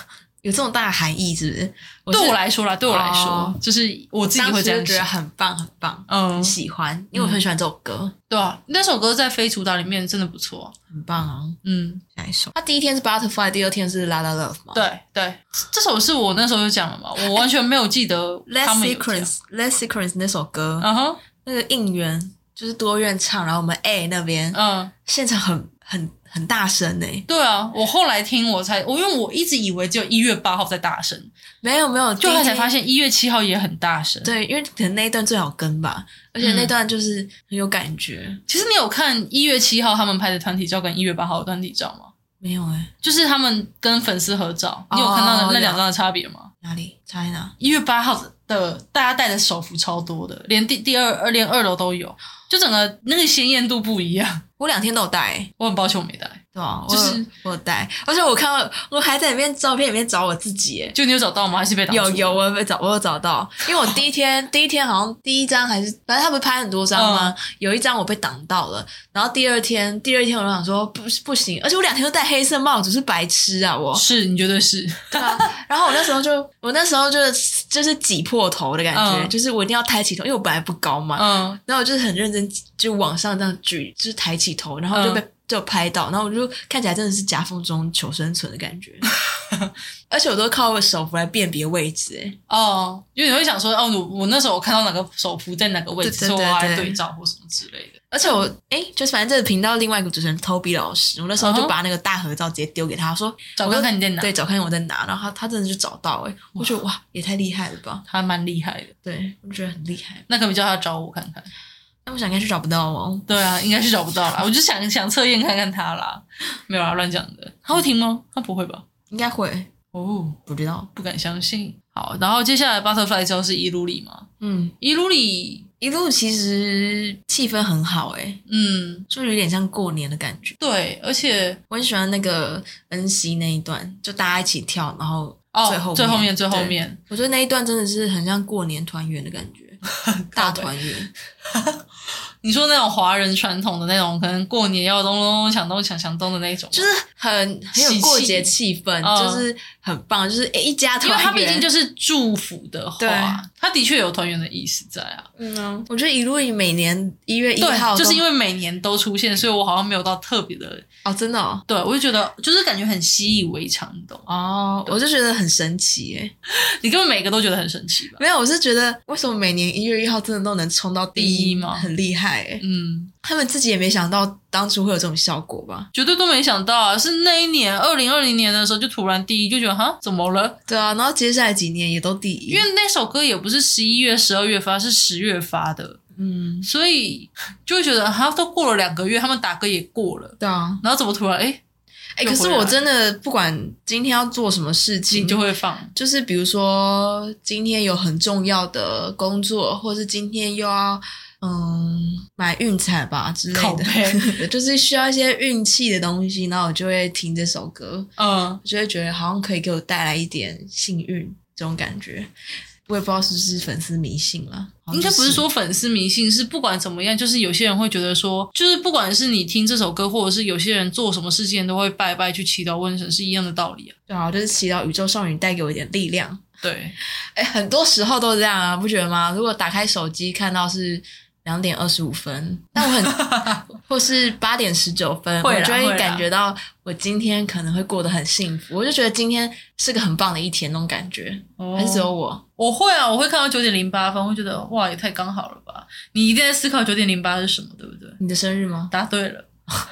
有这种大的含义是不是？我对我来说啦，对我来说， 哦、 就是我自己会这样觉得很棒很棒， 嗯， 很喜欢，因为我很喜欢这首歌。 嗯、对啊，那首歌在《飞图达》里面真的不错， 很棒啊。 嗯， 下一首，它第一天是 Butterfly， 第二天是 La La Love 嘛？ 对对，这首是我那时候就讲了嘛，我完全没有记得他们有讲。 Less Sequence，Less Sequence 那首歌， 嗯哼， 那个应援就是多院唱，然后我们 A 那边， 嗯， 现场很很。很大声诶、欸， 对啊，我后来听我才，我因为我一直以为只有一月八号在大声， 没有没有， 就后来才发现一月七号也很大声。 对，因为可能那一段最好跟吧，而且那段就是很有感觉。 嗯、其实你有看一月七号他们拍的团体照跟一月八号的团体照吗？ 没有诶、欸， 就是他们跟粉丝合照，你有看到那两张的差别吗？ 哪里？差在哪？ 一月八号的大家带的手幅超多的，连第第二连二楼都有，就整个那个鲜艳度不一样。 我两天都有带、欸， 我很抱歉我没带。 对啊， 就是我有带，而且我看到我还在里面照片里面找我自己，哎， 就你有找到吗？还是被挡住？ 有有，我有被找，我有找到，因为我第一天第一天好像第一张还是，反正他不是拍很多张吗？嗯、有一张我被挡到了，然后第二天第二天我就想说不不行，而且我两天都戴黑色帽子，是白痴啊！我是你绝对是， 对啊。然后我那时候就我那时候就就是挤破头的感觉，嗯、就是我一定要抬起头，因为我本来不高嘛，嗯，然后我就是很认真就往上这样举，就是抬起头，然后就被。嗯就拍到，然后我就看起来真的是夹缝中求生存的感觉，而且我都靠我手幅来辨别位置，哎， 哦，因为你会想说，哦，我我那时候我看到哪个手幅在哪个位置，所以我要来对照或什么之类的。 而且我，哎，就是反正这个频道另外一个主持人 Toby 老师，我那时候就把那个大合照直接丢给他，说找看看你在哪， 对，找看看我在哪，然后他他真的就找到，哎，我觉得哇，也太厉害了吧， 他蛮厉害的， 对，我觉得很厉害。 那可不叫他找我看看。 那我想应该是找不到哦。 对啊，应该是找不到啦。我就想想测验看看他啦，没有啦，乱讲的。他会听吗？他不会吧？ 应该会哦， 不知道， 不敢相信。好，然后接下来 Butterfly 之后是伊鲁里嘛？嗯，伊鲁里一路其实气氛很好诶、欸、嗯，就有点像过年的感觉。 对，而且我很喜欢那个恩熙那一段，就大家一起跳，然后最后面、 哦、最后面最后面， 我觉得那一段真的是很像过年团圆的感觉，大团圆。 你说那种华人传统的那种，可能过年要咚咚咚抢东抢抢东的那种， 就是很很有过节气氛， 嗯、 就是很棒，就是一家团圆。 因为它毕竟就是祝福的话，它的确有团圆的意思在啊。 嗯啊，我觉得一路以每年一月一号， 就是因为每年都出现，所以我好像没有到特别的哦，真的哦。 对，我就觉得就是感觉很习以为常，你懂哦？我就觉得很神奇耶， 你根本每个都觉得很神奇吧？ 没有，我是觉得为什么每年一月一号真的都能冲到第一吗？ 很厉害。嗯，他们自己也没想到当初会有这种效果吧？ 绝对都没想到啊！是那一年二零二零年的时候就突然第一，就觉得哈怎么了？ 对啊，然后接下来几年也都第一， 因为那首歌也不是十一月、十二月发，是十月发的，嗯，所以就会觉得哈都过了两个月，他们打歌也过了， 对啊， 然后怎么突然哎？ 哎、欸，可是我真的不管今天要做什么事情， 你就会放。 就是比如说今天有很重要的工作，或是今天又要嗯买运彩吧之类的，就是需要一些运气的东西，然后我就会听这首歌，嗯，我就会觉得好像可以给我带来一点幸运这种感觉。我也不知道是不是粉丝迷信啦， 应该不是说粉丝迷信，是不管怎么样，就是有些人会觉得说，就是不管是你听这首歌，或者是有些人做什么事情都会拜拜去祈祷瘟神，是一样的道理啊。 对啊，就是祈祷宇宙少女带给我一点力量。 对， 哎，很多时候都是这样啊，不觉得吗？如果打开手机看到是两点二十五分，但我很或是八点十九分，我就会感觉到我今天可能会过得很幸福，我就觉得今天是个很棒的一天那种感觉。哦，还是只有我？ 我会啊，我会看到九点零八分，会觉得哇，也太刚好了吧？你一定在思考九点零八是什么，对不对？ 你的生日吗？ 答对了。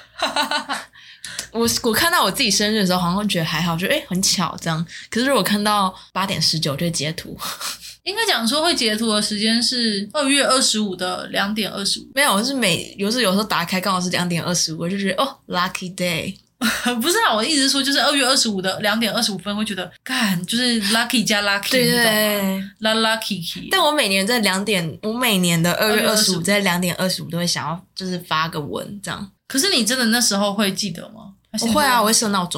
我我看到我自己生日的时候，好像会觉得还好，就诶很巧这样。可是如果看到八点十九，就会截图。 应该讲说会截图的时间是二月二十五的两点二十五。 没有，我是每有时有时候打开刚好是两点二十五，我就觉得哦 ，lucky day。 不是啊，我的意思是说，就是二月二十五的两点二十五分，会觉得干就是 lucky 加 lucky， 对对对， 啦 lucky。 但我每年在两点，我每年的二月二十五在两点二十五都会想要就是发个文这样。 可是你真的那时候会记得吗？ 我会啊，我会设闹钟。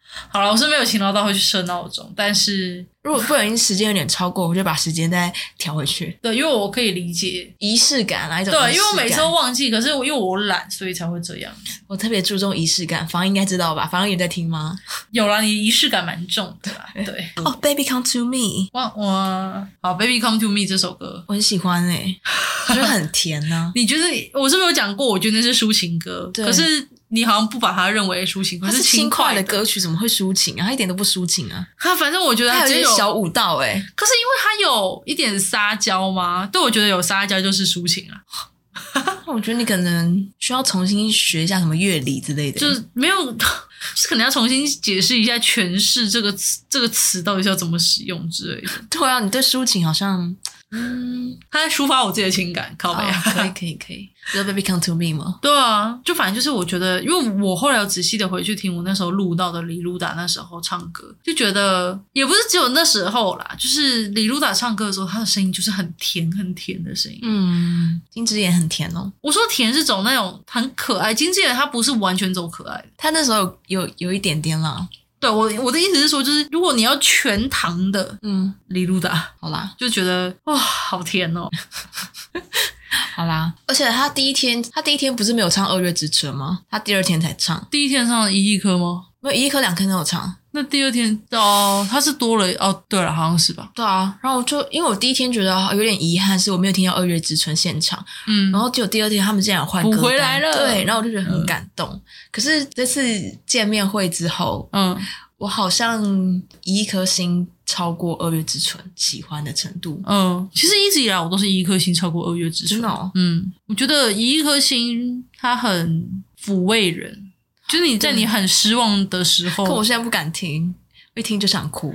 好了，我是没有勤劳到会去设闹钟，但是如果不小心时间有点超过，我就把时间再调回去。 对，因为我可以理解仪式感来一种对，因为我每次都忘记，可是我因为我懒，所以才会这样。 我特别注重仪式感，房应该知道吧？房有在听吗？ 有啦，你仪式感蛮重的啦。对， 哦、oh, ，Baby Come to Me， 哇哇，好 ，Baby Come to Me 这首歌我很喜欢诶、欸，我觉得很甜呢、啊。 你觉得我是没有讲过？我觉得那是抒情歌，可是你好像不把它认为抒情歌， 它是轻快的歌曲，怎么会抒情啊？它一点都不抒情啊！ 它反正我觉得它有有一些小舞蹈诶、欸， 可是因为它有一点撒娇嘛，对我觉得有撒娇就是抒情啊。 我觉得你可能需要重新学一下什么乐理之类的， 就是没有，就是可能要重新解释一下诠释这个词，这个词到底是要怎么使用之类的。 对啊，你对抒情好像，嗯， 他在抒发我自己的情感，靠北啊、 哦，可以可以可以。是 Baby Come to Me 吗？ 对啊，就反正就是我觉得，因为我后来有仔细的回去听我那时候录到的李路达那时候唱歌，就觉得也不是只有那时候啦，就是李路达唱歌的时候，他的声音就是很甜很甜的声音。 嗯，金智妍很甜哦。 我说甜是走那种很可爱，金智妍她不是完全走可爱的， 她那时候有有有一点点啦。 对，我我的意思是说，就是如果你要全糖的，嗯，李路达， 好啦， 就觉得哇，好甜哦。 好啦，而且他第一天，他第一天不是没有唱《二月之春》吗？他第二天才唱。 第一天唱一亿颗吗？ 没有，一亿颗两颗都有唱。 那第二天哦，他是多了哦，对了，好像是吧？ 对啊，然后我就因为我第一天觉得有点遗憾，是我没有听到《二月之春》现场，嗯，然后结果第二天他们竟然有换歌单， 补回来了， 对，然后我就觉得很感动。嗯、可是这次见面会之后，嗯，我好像一亿颗星超过二月之春喜欢的程度。 嗯，其实一直以来我都是一亿颗星超过二月之春。 真的哦。 嗯，我觉得一亿颗星它很抚慰人，就是你在你很失望的时候。 可我现在不敢听，一听就想哭。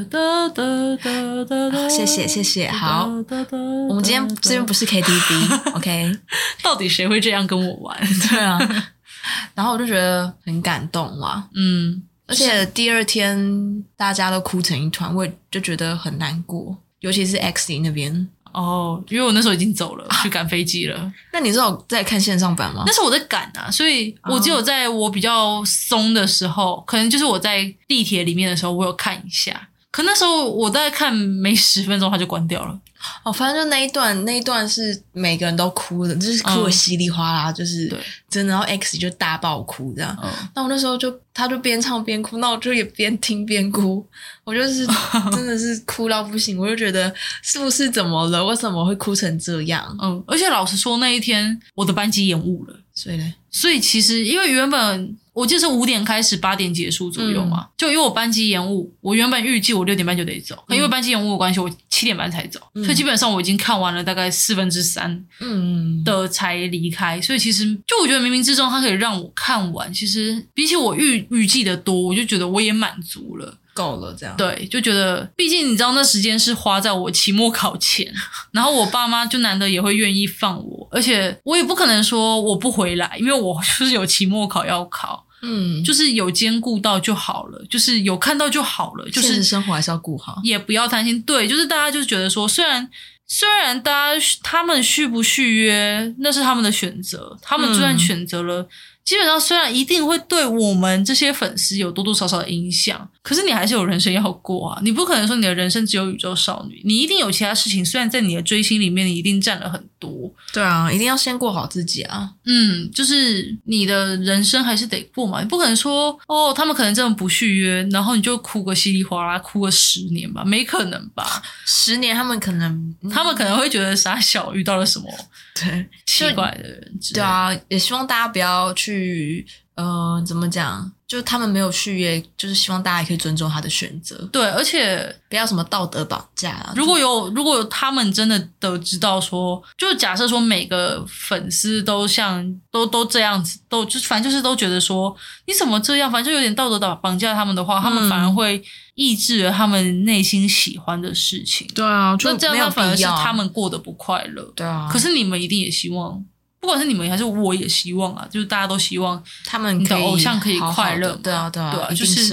谢谢谢谢，好，我们今天这边不是 K T V，OK？ 到底谁会这样跟我玩？ 对啊，然后我就觉得很感动啦。嗯。而且第二天大家都哭成一团，我就觉得很难过，尤其是 X 那边哦，因为我那时候已经走了，去赶飞机了。 那你是有在看线上版吗？ 那时候我在赶啊，所以我只有在我比较松的时候，哦、可能就是我在地铁里面的时候，我有看一下。可那时候我在看没十分钟，它就关掉了。 哦，反正就那一段，那一段是每个人都哭的，就是哭的稀里哗啦，嗯、就是真的。然后 X 就大爆哭这样。嗯、那我那时候就，他就边唱边哭，那我就也边听边哭，我就是真的是哭到不行，我就觉得是不是怎么了？为什么会哭成这样？ 嗯，而且老实说，那一天我的班机延误了， 所以呢， 所以其实因为原本。我记得是五点开始，八点结束左右嘛。嗯、就因为我班机延误，我原本预计我六点半就得走，可、嗯、因为班机延误的关系，我七点半才走，嗯、所以基本上我已经看完了大概四分之三的才离开。嗯、所以其实就我觉得冥冥之中，它可以让我看完，其实比起我预预计的多，我就觉得我也满足了。 够了这样。 对，就觉得毕竟你知道那时间是花在我期末考前，然后我爸妈就难得也会愿意放我，而且我也不可能说我不回来，因为我就是有期末考要考。嗯，就是有兼顾到就好了，就是有看到就好了，就是现实生活还是要顾好， 也不要担心。对，就是大家就觉得说，虽然虽然大家他们续不续约那是他们的选择，他们就算选择了。嗯基本上虽然一定会对我们这些粉丝有多多少少的影响，可是你还是有人生要过啊！你不可能说你的人生只有宇宙少女，你一定有其他事情。虽然在你的追星里面，你一定占了很多。 对啊，一定要先过好自己啊！ 嗯，就是你的人生还是得过嘛，你不可能说哦，他们可能真的不续约，然后你就哭个稀里哗啦，哭个十年吧，没可能吧？ 十年他们可能， 嗯、他们可能会觉得傻小遇到了什么对奇怪的人之类的。 对啊，也希望大家不要去。去呃，怎么讲？就是他们没有续约，就是希望大家也可以尊重他的选择。 对，而且不要什么道德绑架啊。 如果有，如果有他们真的得知到说，就假设说每个粉丝都像都都这样子，都就反正就是都觉得说你怎么这样，反正就有点道德绑绑架他们的话，嗯、他们反而会抑制了他们内心喜欢的事情。 对啊，就那这样反而是他们过得不快乐。 对啊， 可是你们一定也希望。不管是你们还是我也希望啊，就是大家都希望他们你的偶像可以快乐， 对啊对啊， 对啊，就是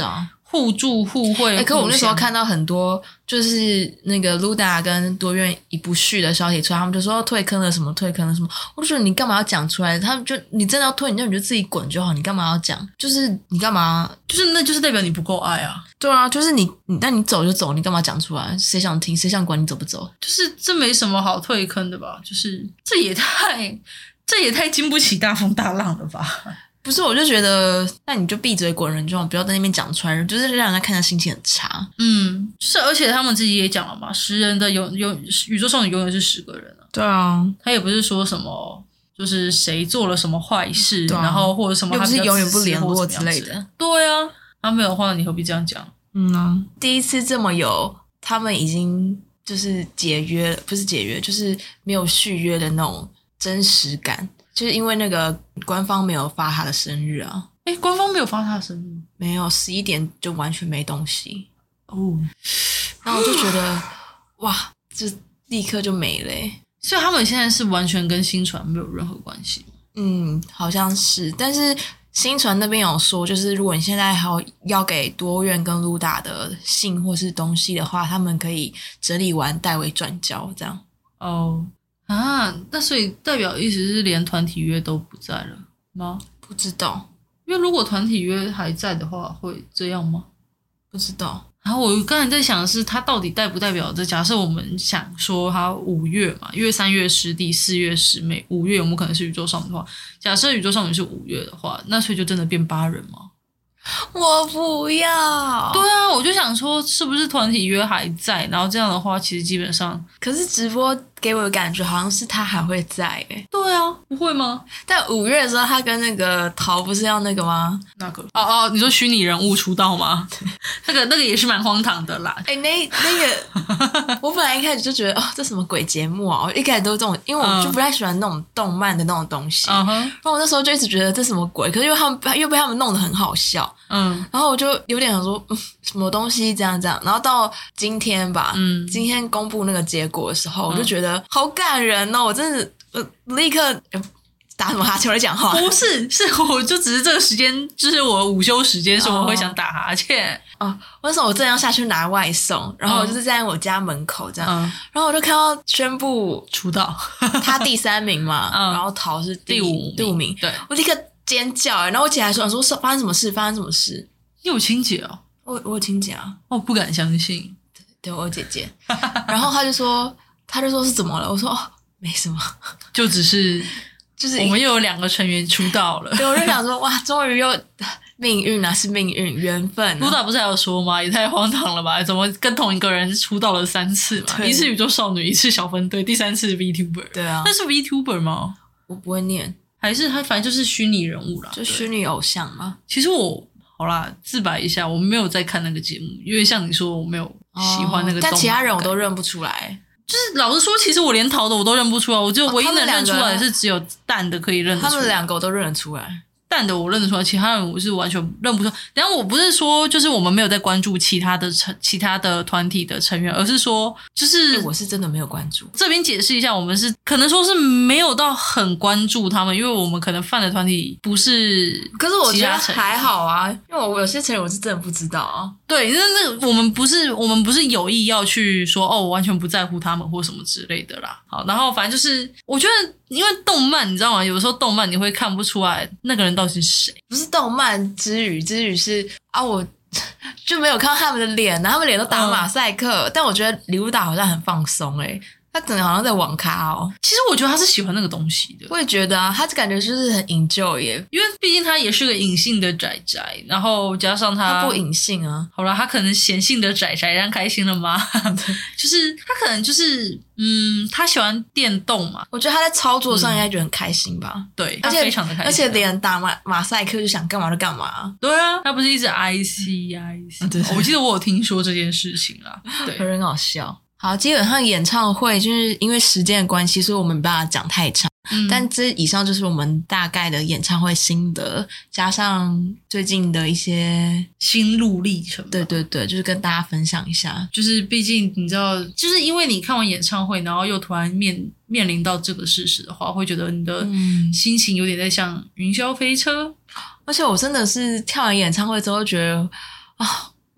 互助互惠。 欸、可我那时候看到很多就是那个 Luda 跟多院一部续的消息出来，他们就说退坑了什么退坑了什么，我就觉得你干嘛要讲出来？他们就你真的要退，你就你就自己滚就好，你干嘛要讲？就是你干嘛？ 就是那就是代表你不够爱啊。 对啊，就是你你但你走就走，你干嘛讲出来？谁想听？谁想管你走不走？ 就是这没什么好退坑的吧？就是这也太这也太经不起大风大浪了吧？ 不是，我就觉得，那你就闭嘴滚人就好，不要在那边讲出来，就是让人家看着心情很差。 嗯，是，而且他们自己也讲了嘛，十人的永永宇宙少女永远是十个人啊。 对啊， 他也不是说什么，就是谁做了什么坏事， 啊、 然后或者什么， 又不是永远不联络之类的。 对啊，他没有话，你何必这样讲？ 嗯啊，第一次这么有，他们已经就是解约了，不是解约，就是没有续约的那种真实感。就是因为那个官方没有发他的生日啊， 诶，官方没有发他的生日， 没有，十一点就完全没东西哦。 然后我就觉得哇，这立刻就没了耶。 所以他们现在是完全跟新传没有任何关系。 嗯，好像是，但是新传那边有说，就是如果你现在还有要给多院跟 Luda 的信或是东西的话，他们可以整理完代为转交这样。 哦。啊，那所以代表意思是连团体约都不在了吗？ 不知道， 因为如果团体约还在的话，会这样吗？ 不知道。 然后我刚才在想的是，它到底代不代表着？假设我们想说它五月嘛，因为三月师弟，四月师妹，五月有没有可能是宇宙少女的话？假设宇宙少女是五月的话，那所以就真的变八人吗？ 我不要。 对啊，我就想说，是不是团体约还在？然后这样的话，其实基本上， 可是直播给我的感觉好像是他还会在诶。 对啊，不会吗？ 但五月的时候，他跟那个桃不是要那个吗？ 那个哦哦，你说虚拟人物出道吗？那个那个也是蛮荒唐的啦。 哎、欸，那那个，我本来一开始就觉得哦，这什么鬼节目啊！我一开始都是这种，因为我就不太喜欢那种动漫的那种东西。嗯哼。然后我那时候就一直觉得这什么鬼，可是因为他们又被他们弄得很好笑。嗯。然后我就有点想说，嗯，什么东西这样这样。然后到今天吧，嗯，今天公布那个结果的时候，嗯、我就觉得好感人哦！我真的，我立刻。呃打什么哈欠？我在讲话？ 不是，是我就只是这个时间，就是我午休时间，所以我会想打哈欠。 哦，那时候我正要下去拿外送，然后我就是站在我家门口这样，嗯、然后我就看到宣布出道， 他第三名嘛，嗯、然后桃是第第五第五名， 对， 我立刻尖叫哎、欸！然后我起来说，说发生什么事？发生什么事？ 你有亲姐哦？ 我我有亲姐啊！ 我不敢相信， 对，对我有姐姐。然后他就说，他就说是怎么了？我说哦，没什么， 就只是。 就是我们又有两个成员出道了， 对，我就想说，哇，终于又命运啊，是命运，缘分、啊。 Luda 不是还有说吗？也太荒唐了吧？怎么跟同一个人出道了三次嘛？一次宇宙少女，一次小分队，第三次 VTuber。 对啊， 那是 VTuber 吗？ 我不会念， 还是他反正就是虚拟人物啦， 就虚拟偶像嘛。 其实我好啦，自白一下，我没有在看那个节目，因为像你说，我没有喜欢那个、哦。 但其他人我都认不出来。 就是老实说，其实我连桃的我都认不出来，我只有唯一能认出来的是只有蛋的可以认得出来。 他们两个我都认得出来， 蛋的我认得出来，其他人我是完全认不出来。然后我不是说就是我们没有在关注其他的成其他的团体的成员，而是说就是、 欸、我是真的没有关注。 这边解释一下，我们是可能说是没有到很关注他们，因为我们可能犯的团体不是， 可是我觉得还好啊，因为我有些成员我是真的不知道啊。 对，那那我们不是我们不是有意要去说哦，我完全不在乎他们或什么之类的啦。好，然后反正就是我觉得，因为动漫你知道吗？有的时候动漫你会看不出来那个人到底是谁。 不是动漫之余，之余是啊，我就没有看到他们的脸，他们脸都打马赛克。嗯、但我觉得李路达好像很放松诶、欸。他可能好像在网咖哦。 其实我觉得他是喜欢那个东西的。 我也觉得啊，他感觉就是很 enjoy 耶， 因为毕竟他也是个隐性的宅宅，然后加上他他不隐性啊。 好啦，他可能显性的宅宅，让开心了吗？就是他可能就是嗯，他喜欢电动嘛。 我觉得他在操作上应该觉得很开心吧。 嗯、对，他非常的开心、啊， 而且连打马马赛克就想干嘛就干嘛。 对啊，他不是一直 I C I C，、嗯、我记得我有听说这件事情啦。对， 很好笑。好，基本上演唱会就是因为时间的关系，所以我们没办法讲太长。嗯、但这以上就是我们大概的演唱会心得，加上最近的一些心路历程。 对对对，就是跟大家分享一下。 就是毕竟你知道，就是因为你看完演唱会，然后又突然面面临到这个事实的话，会觉得你的心情有点在像云霄飞车。 而且我真的是跳完演唱会之后觉得啊。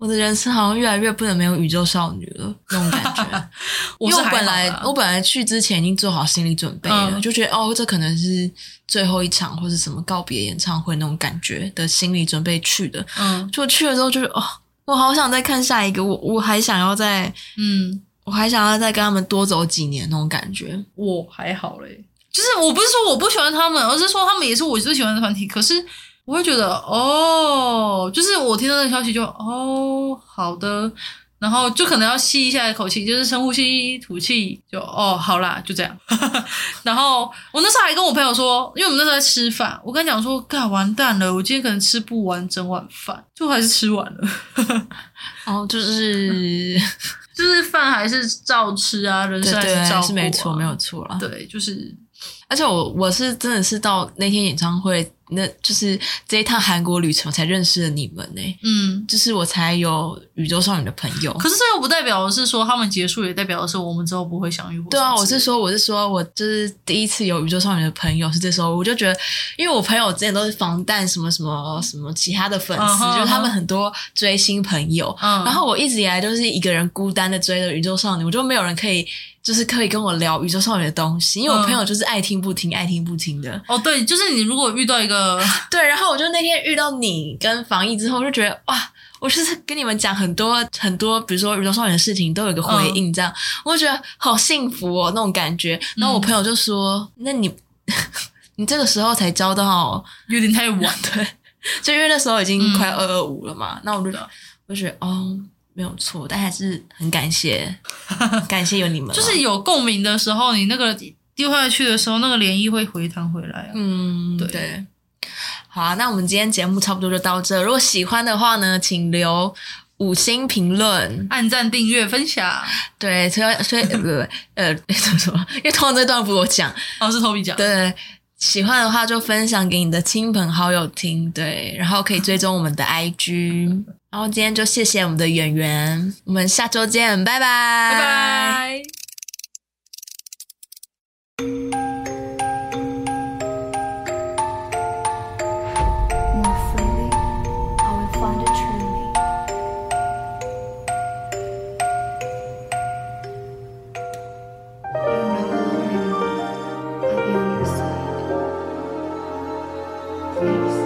我的人生好像越来越不能没有宇宙少女了那种感觉。因为我本来我本来去之前已经做好心理准备了，嗯、就觉得哦，这可能是最后一场或是什么告别演唱会那种感觉的心理准备去的。嗯，就去了之后就是哦，我好想再看下一个，我我还想要再嗯，我还想要再跟他们多走几年那种感觉。 我还好嘞，就是我不是说我不喜欢他们，而是说他们也是我最喜欢的团体，可是。我会觉得哦，就是我听到那个消息就哦好的，然后就可能要吸一下一口气，就是深呼吸吐气，就哦好啦，就这样。然后我那时候还跟我朋友说，因为我们那时候在吃饭，我跟他讲说，干完蛋了，我今天可能吃不完整碗饭，最后还是吃完了。 哦，就是就是饭还是照吃啊，人生还是照过、啊、 对对是没错，没有错啦。 对，就是。 而且我我是真的是到那天演唱会，那就是这一趟韩国旅程才认识了你们呢、欸。嗯，就是我才有宇宙少女的朋友。 可是这又不代表的是说他们结束，也代表的是我们之后不会相遇。 对啊，我是说我是说我就是第一次有宇宙少女的朋友，是这时候我就觉得，因为我朋友之前都是防弹什么什么什么其他的粉丝， uh-huh, 就是他们很多追星朋友， uh-huh. 然后我一直以来都是一个人孤单的追的宇宙少女，我就没有人可以。就是可以跟我聊宇宙少女的东西，因为我朋友就是爱听不听、嗯、爱听不听的。 哦，对，就是你如果遇到一个对，然后我就那天遇到你跟防疫之后，我就觉得哇，我就是跟你们讲很多很多，比如说宇宙少女的事情都有一个回应，这样、嗯、我就觉得好幸福哦，那种感觉。然后我朋友就说：“嗯、那你你这个时候才交到， 有点太晚。” 对，就因为那时候已经快二二五了嘛，嗯、那我就我就觉得哦。没有错，但还是很感谢，感谢有你们。 就是有共鸣的时候，你那个丢下去的时候，那个涟漪会回弹回来、啊。 嗯，对。对好啊，那我们今天节目差不多就到这。如果喜欢的话呢，请留五星评论、 按赞、订阅、分享。 对，所以所以呃呃怎么说？因为通常这段不是我讲， 哦，是 Toby 讲。 对。喜欢的话就分享给你的亲朋好友听，对，然后可以追踪我们的 I G， 然后今天就谢谢我们的演员，我们下周见，拜拜， 拜拜。Please.